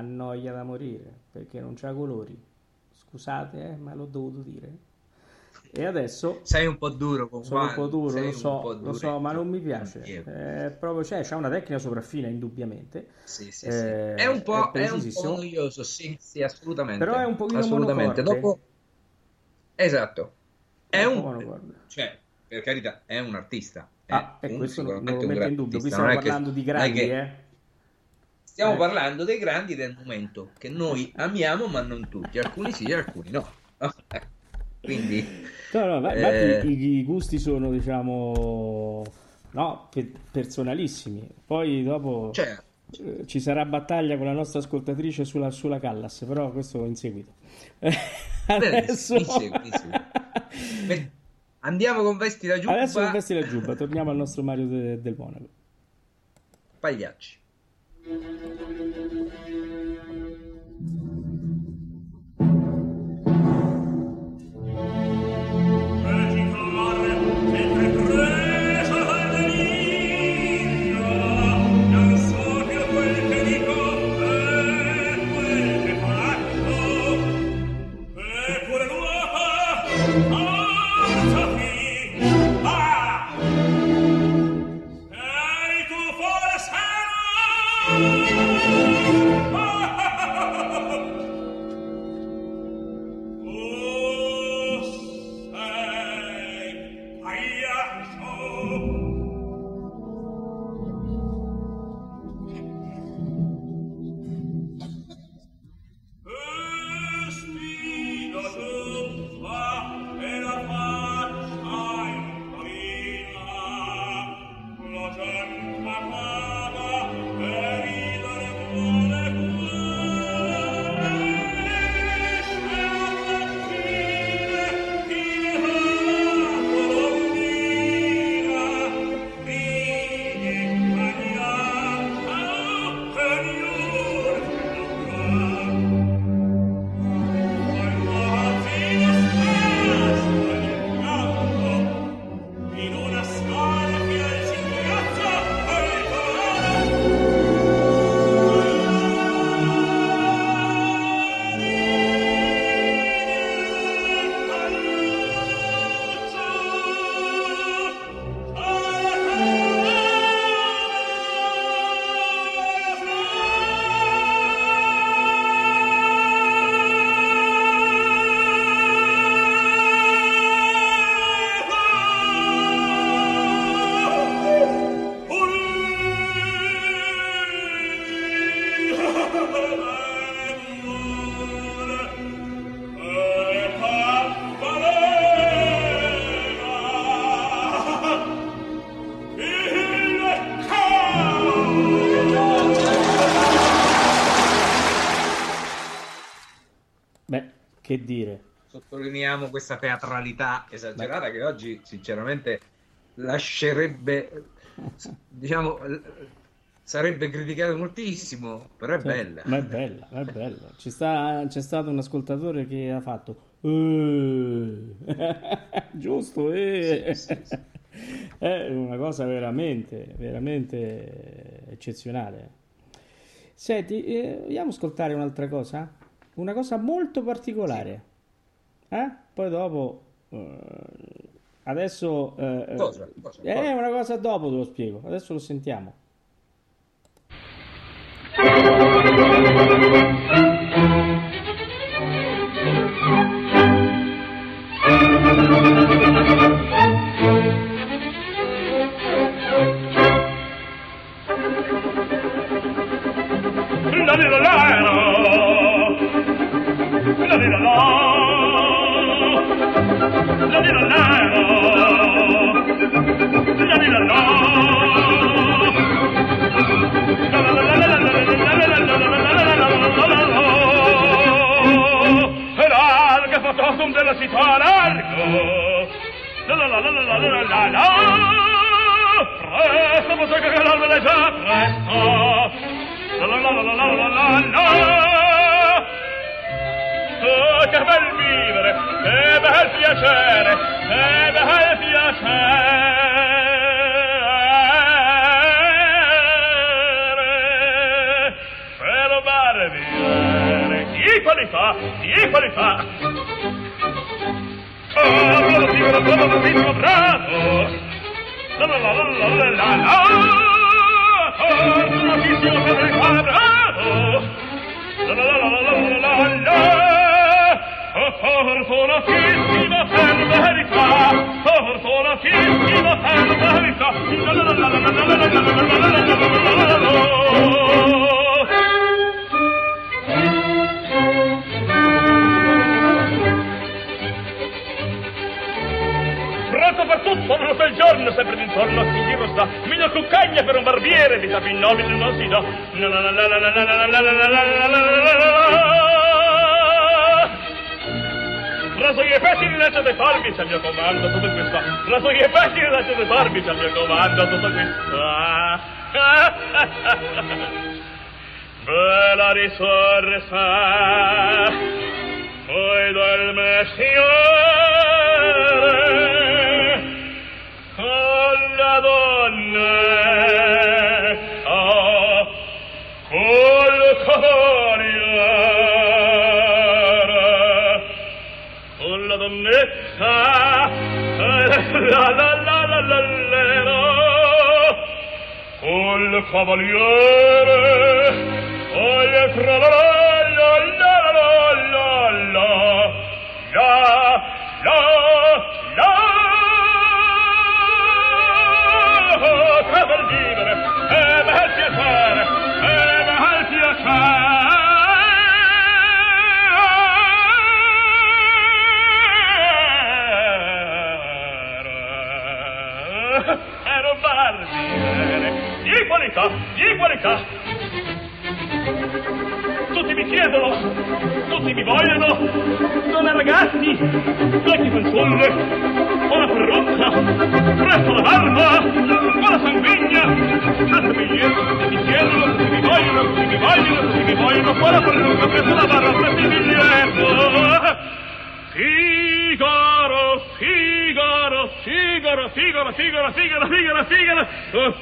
annoia da morire perché non c'ha colori. Scusate, eh, ma l'ho dovuto dire. E adesso sei un po' duro con sono un Juan, po' duro, sei lo un so, po' lo so, duretto. ma non mi piace. È proprio, cioè, c'ha una tecnica sopraffina, indubbiamente. Sì, sì, Eh, sì. È un po', è è un po' precisissimo, noioso, sì, sì, assolutamente. però è un pochino Assolutamente. monocorde. Dopo, esatto. È È un po' un, monocorde. cioè, per carità, è un artista. È Ah, e un, questo non, non lo sicuramente un metto in grande dubbio. Qui artista. stiamo Non è che- parlando di non è grandi, che- eh. Stiamo Eh. parlando dei grandi del momento, che noi amiamo, ma non tutti. Alcuni sì, alcuni no. Quindi, No, no, ma- eh, infatti i, i gusti sono, diciamo, no, pe- personalissimi. Poi dopo cioè, eh, ci sarà battaglia con la nostra ascoltatrice sulla, sulla Callas, però questo in seguito. Adesso... in seguito, in seguito. Beh, andiamo con Vesti la Giubba. Adesso con Vesti la Giubba, torniamo al nostro Mario de- del Monaco. Pagliacci. Beh, che dire. Sottolineiamo questa teatralità esagerata che oggi sinceramente lascerebbe, diciamo, sarebbe criticato moltissimo, però è Sì, bella. ma è bella, ma è bella. Ci sta, c'è stato un ascoltatore che ha fatto "Eh". Giusto, eh. Sì, sì, sì. È una cosa veramente, veramente eccezionale. Senti, eh, vogliamo ascoltare un'altra cosa? Una cosa molto particolare. Eh? Poi dopo, eh, adesso, eh, Cosa? Cosa? è Cosa? una cosa dopo te lo spiego. Adesso lo sentiamo. La di la la la di la la la di la la la di la la larga fotosum della città largo la la la la la la la la presto posso che l'alba è già presto la la la la la la la la oh che bel vivere che bel piacere che bel piacere cielo barbiere di qualità di qualità oh figaro, bravissimo, bravo. La la la la la la la la. Fortunatissimo per il qua, bravo. La la la la la la la la. Fortunatissimo per verità, fortunatissimo per verità. La la la la la la la la la la la la. Pronto per tutto, non lo fa il giorno, sempre d'intorno a chi giro sta. Miglio cuccagna per un barbiere, di tapi nobile non si dà. La la la la la la la la la la la la la. Raso che pezzi di lancia dei forbici al mio comando, tutto questo. Raso che pezzi di lancia dei forbici al mio comando, tutto questo. Bella risorsa, poi del mestiere, con la donna, oh, col cavaliere, con la donnetta, la la la la la la, col cavaliere, oh, tra la la la la la la la la la la. Che bel vivere, che bel piacere, che bel piacere. Ero barbiere, di qualità, di qualità. Tutti mi chiedono, tutti mi vogliono, donne ragazzi, vecchi fanciulle, una parrucca, presto la barba, una sanguigna, presto biglietto, tutti mi chiedono, tutti mi vogliono, tutti mi vogliono, tutti mi vogliono, una parrucca, presto la barba, presto il biglietto. Figaro, Figaro, Figaro, Figaro, Figaro, Figaro, Figaro, Figaro, oh,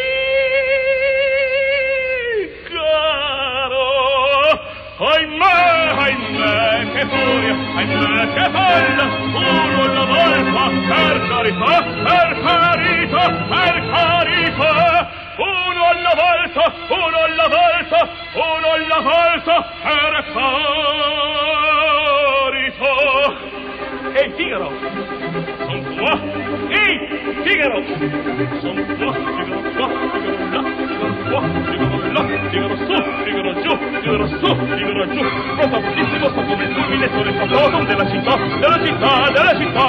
Figaro, ahimè, ahimè, che furia, ahimè, che folla, uno alla volta, per carità, per carità, per carità, uno alla volta, uno alla volta, uno alla volta, per carità. Ehi, Figaro, son qua, ehi, Figaro, son qua, Figaro qua, Figaro là, Figaro qua, Figaro là, Figaro su, Figaro giù, Figaro su, Figaro giù, proprio bellissimo, sto come il fulmine sole saposo della città, della città, della città.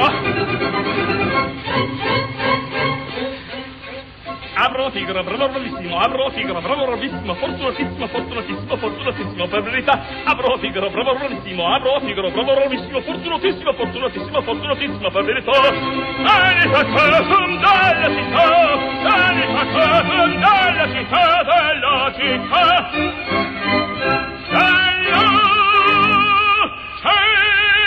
Abro Figaro, bravo bravissimo, abro Figaro, bravo bravissimo, fortunatissimo, fortunatissimo, fortunatissimo, per verità. Abro Figaro, bravo bravissimo, abro Figaro, bravo bravissimo, fortunatissimo, fortunatissimo, fortunatissimo, per verità. Anita che son della città, Anita che son della città, della città. Della città.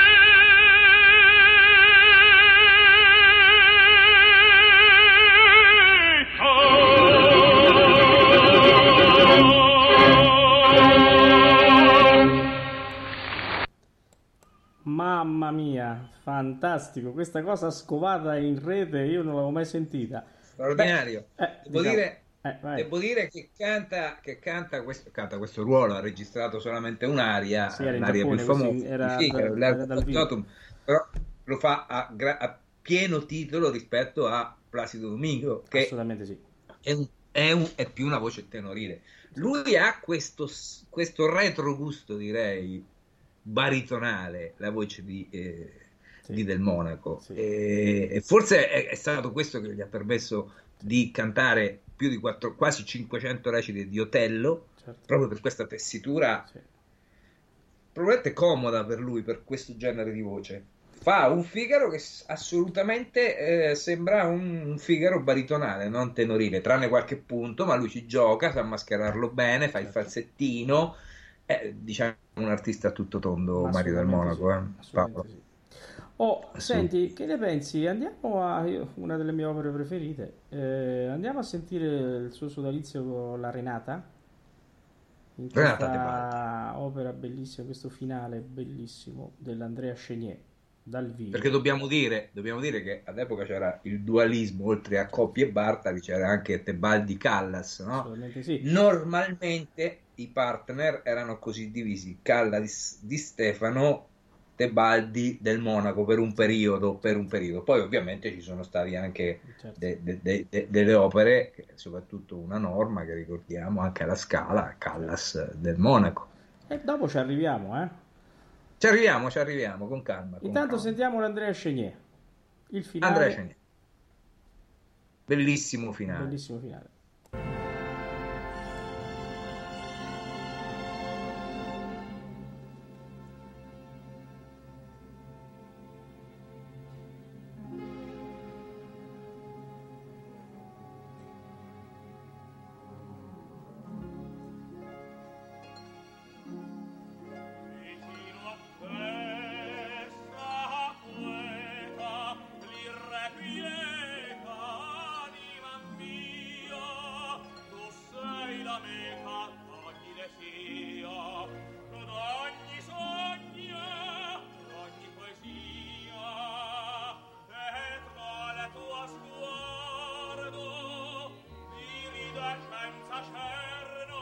Mamma mia, fantastico, questa cosa scovata in rete io non l'avevo mai sentita. Straordinario. Beh, eh, devo, diciamo, dire, eh, devo dire che canta, che canta, questo, canta questo ruolo, ha registrato solamente un'aria, sì, era in l'aria Giappone, più famosa, così, era sì, da- l'Air da- dal vivo. Totum, però lo fa a, gra- a pieno titolo rispetto a Placido Domingo, che Assolutamente sì. è, un, è, un, è più una voce tenorile. Lui ha questo, questo retrogusto, direi, baritonale, la voce di, eh, Sì. di Del Monaco. Sì. E, e forse è, è stato questo che gli ha permesso di cantare più di quattro, quasi cinquecento reciti di Otello, Certo. proprio per questa tessitura Sì. probabilmente comoda per lui, per questo genere di voce. Fa un Figaro che s- assolutamente eh, sembra un, un Figaro baritonale, non tenorile, tranne qualche punto, ma lui ci gioca, sa mascherarlo bene, fa il Certo. falsettino, è, diciamo, un artista a tutto tondo, Mario Del Assolutamente Monaco, sì, eh, assolutamente Paolo. sì. Oh, Assolut- senti, che ne pensi? Andiamo a io- una delle mie opere preferite. Eh, andiamo a sentire il suo sodalizio con la Renata in Renata questa Tebaldi. opera bellissima, questo finale bellissimo dell'Andrea Chenier. dal vivo. Perché dobbiamo dire, dobbiamo dire che all'epoca c'era il dualismo, oltre a Coppi e Bartali c'era anche Tebaldi Callas, no? Assolutamente sì. Normalmente i partner erano così divisi: Callas di Stefano, Tebaldi del Monaco per un periodo, per un periodo. Poi ovviamente ci sono stati anche Certo. de- de- de- de- delle opere, che- soprattutto una Norma che ricordiamo anche alla Scala, Callas del Monaco. E dopo ci arriviamo, eh. Ci arriviamo, ci arriviamo, con calma. Con Intanto calma. sentiamo l'Andrea Chenier. Il finale. Andrea Ceni. Bellissimo finale. Bellissimo finale. Vicino a questa queta l'irrequieta anima mia, tu sei la meta d'ogni desio, d'ogni sogno, d'ogni poesia, e tra le tua sguardo iridescenza cerno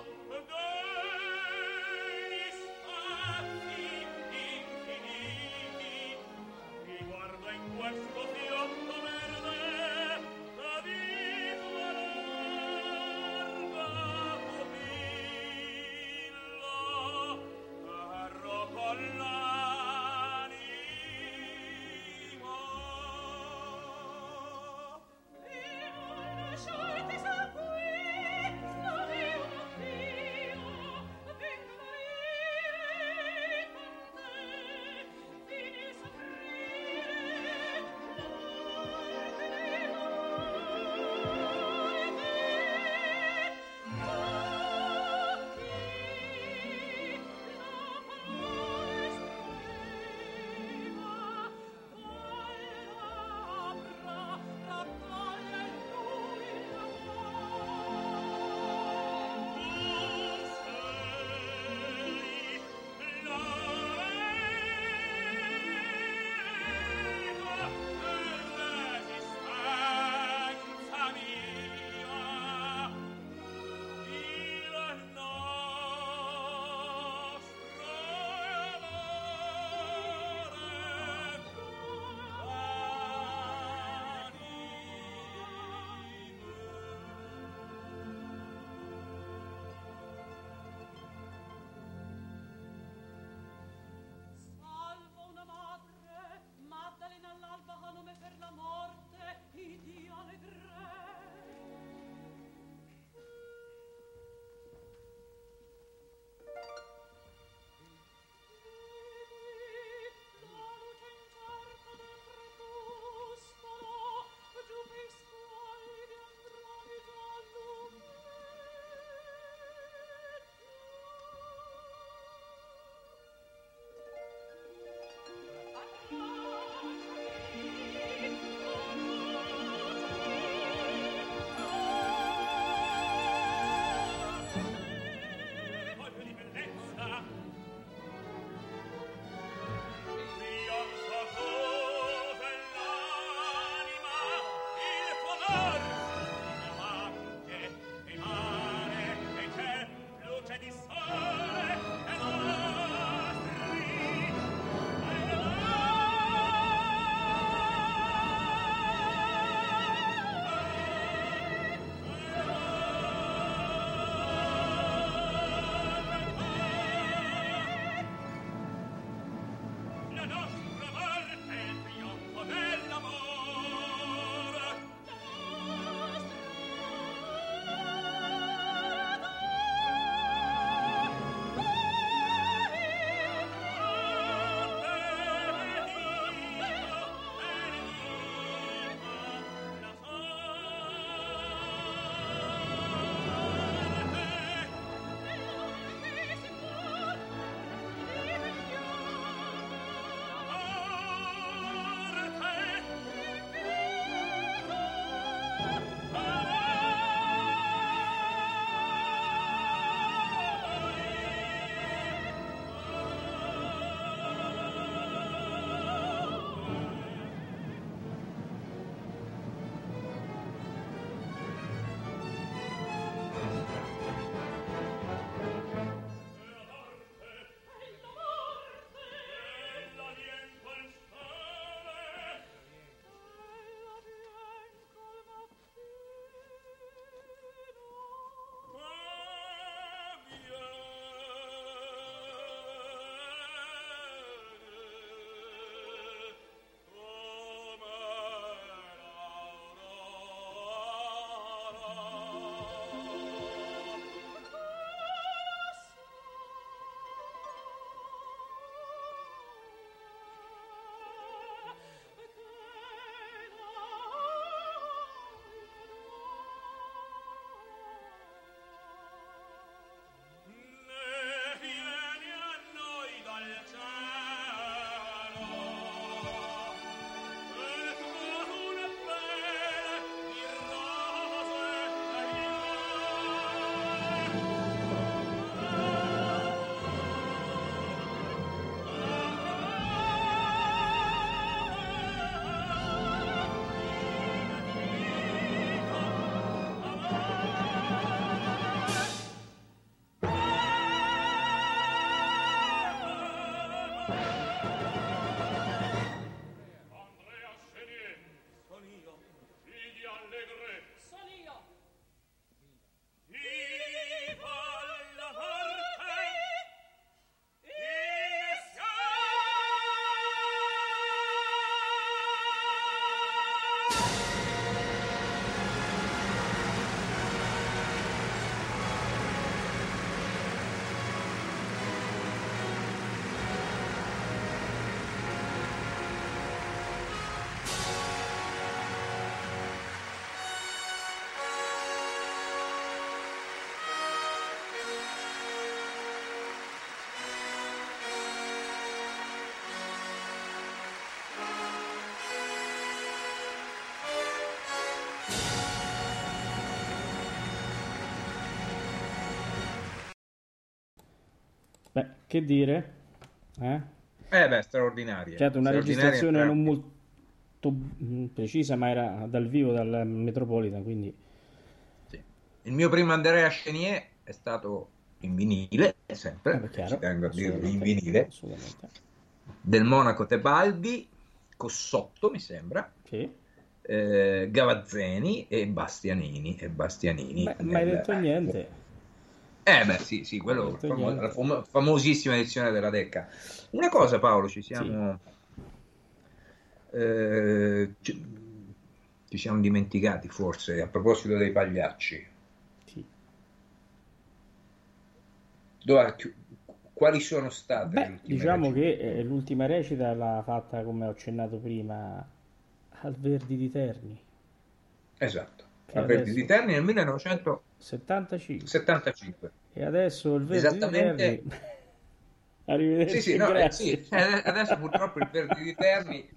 degli spazi infiniti. Mi guardo in questo fiocco verde di tua larga pupilla, erro con l'anima. Lasciate sa questo mio Dio, vengo morire con te, fini soffrire, Beh, che dire? Eh? Eh beh, straordinaria. Certo, una straordinaria registrazione non entrambi. molto mm, precisa, ma era dal vivo dal Metropolitan, quindi Sì. Il mio primo Andrea Chenier è stato in vinile, sempre, vabbè, e ci chiaro, tengo a dirlo, in assolutamente, vinile, assolutamente. del Monaco Tebaldi, Cossotto, mi sembra, Sì. eh, Gavazzeni e Bastianini. E Bastianini Beh, mai nel- detto niente, Eh beh, sì, sì, mai quello, detto famo- la niente. famo- famosissima edizione della Decca. Una Sì, cosa, Paolo, ci sì, siamo, eh, ci, ci siamo dimenticati forse a proposito dei pagliacci. sì. Dove- quali sono state le Beh, ultime diciamo recite? che eh, l'ultima recita l'ha fatta, come ho accennato prima, al Verdi di Terni, Esatto, che a Verdi di adesso Terni nel millenovecentosettantacinque. settantacinque. E adesso il Verdi di Esattamente. Terni, Sì, arrivederci sì, e no, eh, sì, grazie. eh, adesso purtroppo il Verdi di Terni,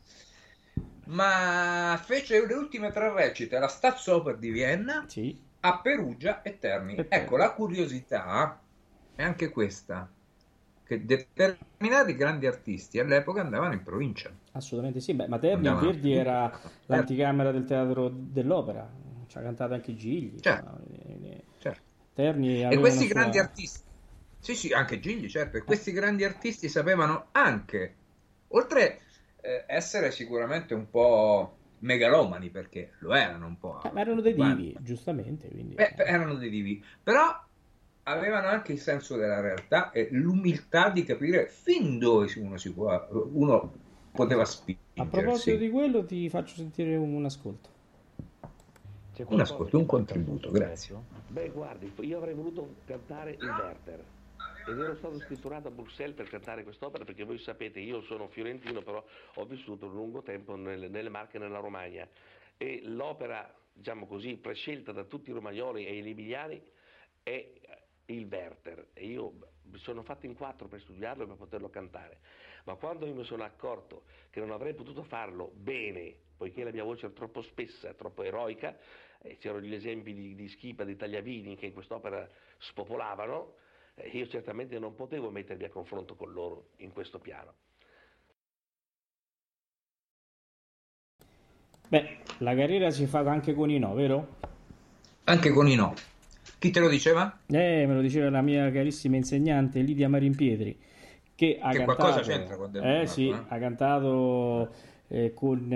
ma fece le ultime tre recite alla Staatsoper di Vienna, Sì, a Perugia e Terni. e Ecco, Terni. la curiosità è anche questa, che determinati grandi artisti all'epoca andavano in provincia, Assolutamente sì. Beh, ma Terni, il andavano a Verdi Perugia, era andavano a Terni. l'anticamera del teatro dell'opera, ci ha cantato anche Gigli, Certo, insomma, eh, eh, certo. Terni E aveva una questi grandi sua... artisti, sì, sì, anche Gigli, certo, e Eh, questi grandi artisti sapevano anche, oltre eh, essere sicuramente un po' megalomani, perché lo erano un po' eh, ma a erano tutti dei quanti, divi, giustamente, quindi... beh, eh. erano dei divi, però avevano anche il senso della realtà e l'umiltà di capire fin dove uno, si può, uno Eh, poteva esatto. A proposito spingersi. di quello, ti faccio sentire un ascolto. C'è Un qualcosa ascolto, che un manca sul contributo, tuo grazie. pezzo? Beh, guardi, io avrei voluto cantare il Werther ed ero stato scritturato a Bruxelles per cantare quest'opera perché voi sapete, io sono fiorentino, però ho vissuto un lungo tempo nelle, nelle Marche e nella Romagna e l'opera, diciamo così, prescelta da tutti i romagnoli e gli emiliani è il Werther e io mi sono fatto in quattro per studiarlo e per poterlo cantare, ma quando io mi sono accorto che non avrei potuto farlo bene, poiché la mia voce era troppo spessa, troppo eroica, eh, c'erano gli esempi di, di Schipa, di Tagliavini che in quest'opera spopolavano, eh, io certamente non potevo mettermi a confronto con loro in questo piano. Beh, la carriera si fa anche con i no, vero? Anche con i no. Chi te lo diceva? Eh, me lo diceva la mia carissima insegnante Lidia Marimpietri, che ha Che qualcosa c'entra cantato, con Del eh Monaco, sì, eh? ha cantato eh, con,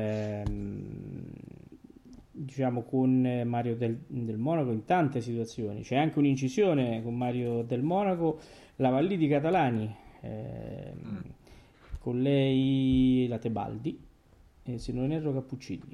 ehm, diciamo, con eh, Mario del, del Monaco in tante situazioni. C'è anche un'incisione con Mario del Monaco, la Vallì Catalani, ehm, Mm. con lei la Tebaldi, e se non erro Cappuccini.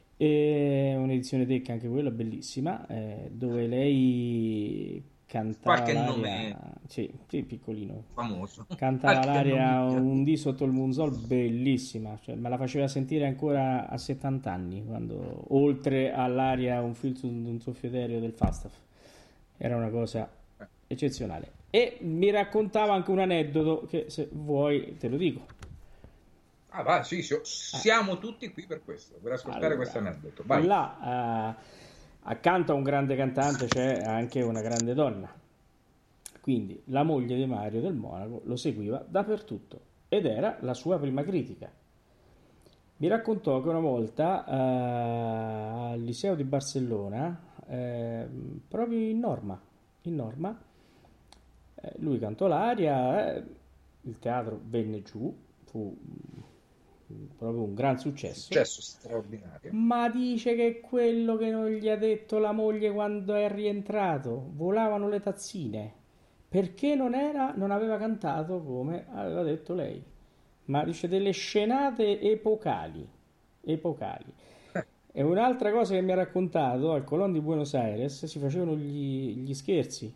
E un'edizione tecca anche quella bellissima, eh, dove lei cantava Qualche nome l'aria, sì, sì, piccolino, famoso, cantava qualche l'aria nomino. Un dì sotto il Munzol, bellissima, cioè, me la faceva sentire ancora a settanta anni, quando, oltre all'aria Un fil su un soffio etereo del Falstaff, era una cosa eccezionale. E mi raccontava anche un aneddoto che, se vuoi, te lo dico. Ah, vai, sì, sì, Eh, siamo tutti qui per questo, per ascoltare questo allora, aneddoto. Vai. là, eh, accanto a un grande cantante c'è anche una grande donna. Quindi la moglie di Mario del Monaco lo seguiva dappertutto ed era la sua prima critica. Mi raccontò che una volta eh, al Liceo di Barcellona, eh, proprio in Norma, in Norma, eh, lui cantò l'aria, eh, il teatro venne giù, fu mm, proprio un gran successo, Successo straordinario. ma dice che quello che non gli ha detto la moglie quando è rientrato, volavano le tazzine, perché non era, non aveva cantato come aveva detto lei, ma dice delle scenate epocali, epocali. E un'altra cosa che mi ha raccontato, al Colón di Buenos Aires si facevano gli, gli scherzi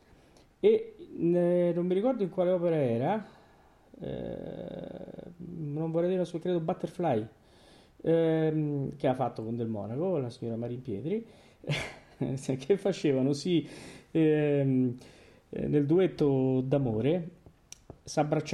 e eh, non mi ricordo in quale opera era, eh, non vorrei dire su, credo Butterfly, ehm, che ha fatto con Del Monaco, la signora Marimpietri, che facevano sì, ehm, eh, nel duetto d'amore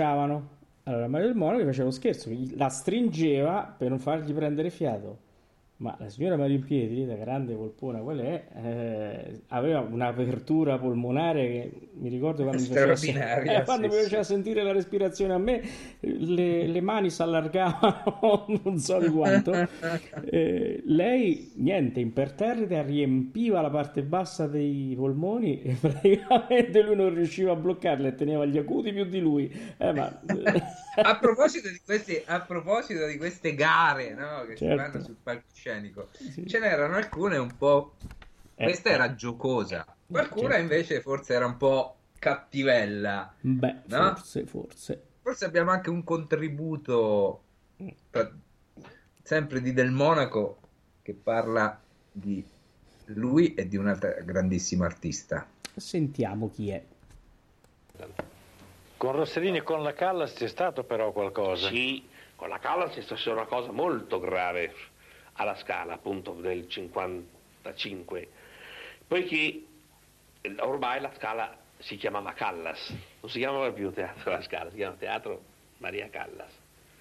s'abbracciavano. Allora Mario Del Monaco faceva lo scherzo, la stringeva per non fargli prendere fiato. Ma la signora Marimpietri, da grande polpona qual è, eh, aveva un'apertura polmonare che mi ricordo quando mi faceva, straordinaria, eh, quando sì, mi faceva sì. sentire la respirazione a me, le, le mani si allargavano non so di quanto. Eh, lei, niente, imperterrita, riempiva la parte bassa dei polmoni e praticamente lui non riusciva a bloccarla e teneva gli acuti più di lui. Eh, ma... A proposito di queste, a proposito di queste gare, no, che si fanno certo, sul palcoscenico, sì. ce n'erano alcune un po'. Eh, Questa eh, era giocosa, qualcuna certo. invece forse era un po' cattivella, Beh, no? forse, forse. Forse abbiamo anche un contributo tra- sempre di Del Monaco che parla di lui e di un'altra grandissima artista. Sentiamo chi è. Con Rossellini e con la Callas c'è stato però qualcosa. Sì, con la Callas è stata una cosa molto grave alla Scala, appunto, del cinquantacinque, poiché ormai la Scala si chiamava Callas, non si chiamava più Teatro La Scala, si chiamava Teatro Maria Callas.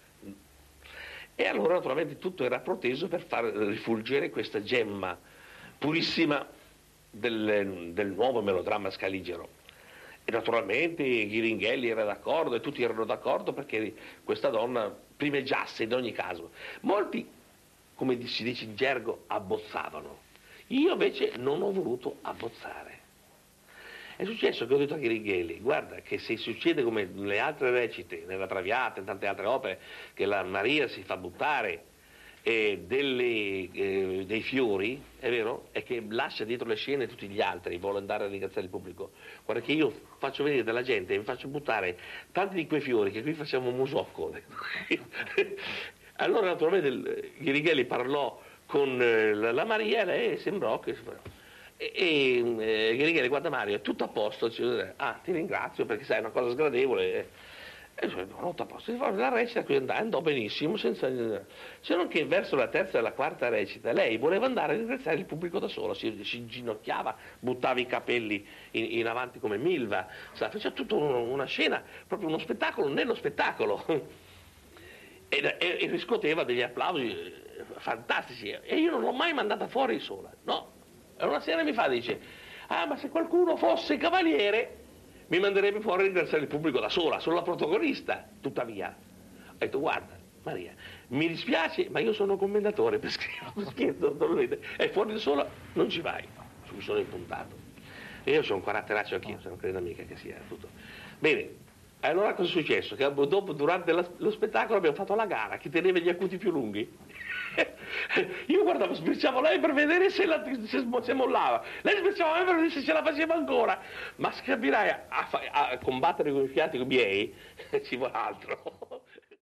E allora naturalmente tutto era proteso per far rifulgere questa gemma purissima del, del nuovo melodramma scaligero. E naturalmente Ghiringhelli era d'accordo e tutti erano d'accordo perché questa donna primeggiasse in ogni caso. Molti, come si dice in gergo, abbozzavano. Io invece non ho voluto abbozzare. È successo che ho detto a Ghiringhelli: guarda che se succede come nelle altre recite, nella Traviata e tante altre opere, che la Maria si fa buttare eh, delle, eh, dei fiori, è vero? E che lascia dietro le scene tutti gli altri, vuole andare a ringraziare il pubblico. Guarda che io faccio venire della gente e mi faccio buttare tanti di quei fiori che qui facciamo un musocco. Allora naturalmente Ghiringhelli parlò con eh, la, la Maria e lei sembrò che... E, e eh, Ghiringhelli: guarda Mario, è tutto a posto. Cioè, ah, ti ringrazio perché sai, è una cosa sgradevole. E io no, tutto a posto. La recita qui andò benissimo, senza... se non che verso la terza e la quarta recita lei voleva andare a ringraziare il pubblico da sola, si, si inginocchiava, buttava i capelli in, in avanti come Milva, sa, faceva tutta una scena, proprio uno spettacolo nello spettacolo. E, e, e riscuoteva degli applausi fantastici. E io non l'ho mai mandata fuori sola, no. E una sera mi fa, dice: ah, ma se qualcuno fosse cavaliere mi manderebbe fuori a ringraziare il pubblico da sola, sono la protagonista. Tuttavia ho detto: guarda Maria, mi dispiace ma io sono commendatore per scherzo, e fuori da sola non ci vai. Mi sono impuntato e io sono un caratteraccio anch'io, se non credo mica che sia tutto bene. Allora cosa è successo? Che dopo, durante la, lo spettacolo abbiamo fatto la gara, chi teneva gli acuti più lunghi. Io guardavo, sbirciavo lei per vedere se, la, se, se mollava, lei sbirciava me per vedere se ce la faceva ancora, ma capirai, a, a, a combattere con i fiati miei ci vuole altro.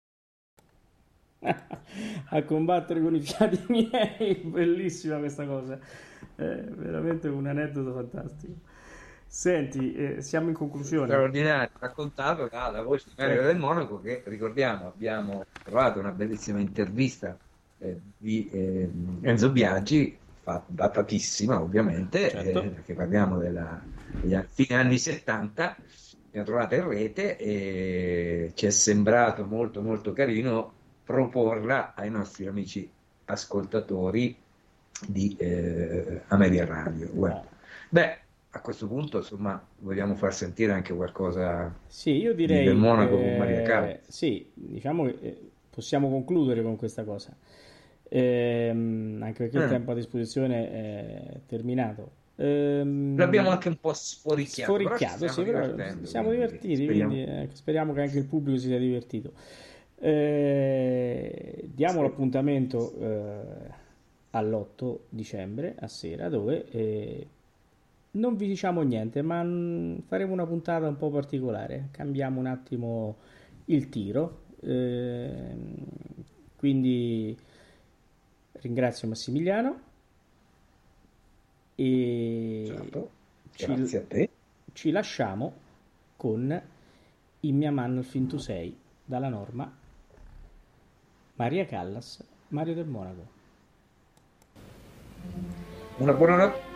A combattere con i fiati miei, bellissima questa cosa, è veramente un aneddoto fantastico. Senti, eh, siamo in conclusione. Straordinario, raccontato da, da voce di Mario del Monaco, che ricordiamo abbiamo trovato una bellissima intervista eh, di eh, Enzo Biagi, fatta, datatissima ovviamente, Certo. eh, perché parliamo della, degli anni- fine anni settanta, l'abbiamo trovata in rete e ci è sembrato molto molto carino proporla ai nostri amici ascoltatori di eh, Ameria Radio. Guarda. Beh, a questo punto, insomma, vogliamo far sentire anche qualcosa Sì, io di direi, Del Monaco con eh, Maria Callas. sì, diciamo che eh, possiamo concludere con questa cosa. Ehm, anche perché il Eh. tempo a disposizione è terminato. Ehm, L'abbiamo anche un po' sforicchiato, però ci sforicchiato, stiamo sì, però divertendo, siamo quindi divertiti, speriamo- quindi eh, speriamo che anche il pubblico si sia divertito. Eh, diamo Sì. l'appuntamento eh, all'otto dicembre a sera, dove eh, non vi diciamo niente, ma mm, faremo una puntata un po' particolare, cambiamo un attimo il tiro. ehm, quindi ringrazio Massimiliano e Certo. ci, Grazie a te. ci lasciamo con In mia mano il fin tu sei, dalla Norma, Maria Callas, Mario del Monaco. Una buona notte.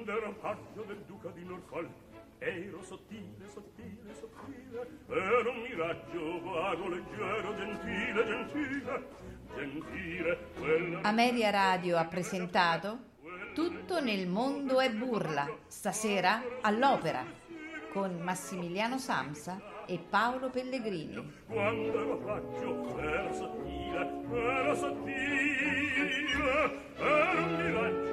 quando ero paggio del duca di Norfolk, ero sottile, sottile, sottile, ero un miraggio vago, leggero, gentile, gentile, gentile. Quella... Ameria Radio ha presentato Tutto nel mondo è burla, stasera all'Opera, con Massimiliano Samsa e Paolo Pellegrini. Quando ero paggio, ero sottile, ero sottile, ero un miraggio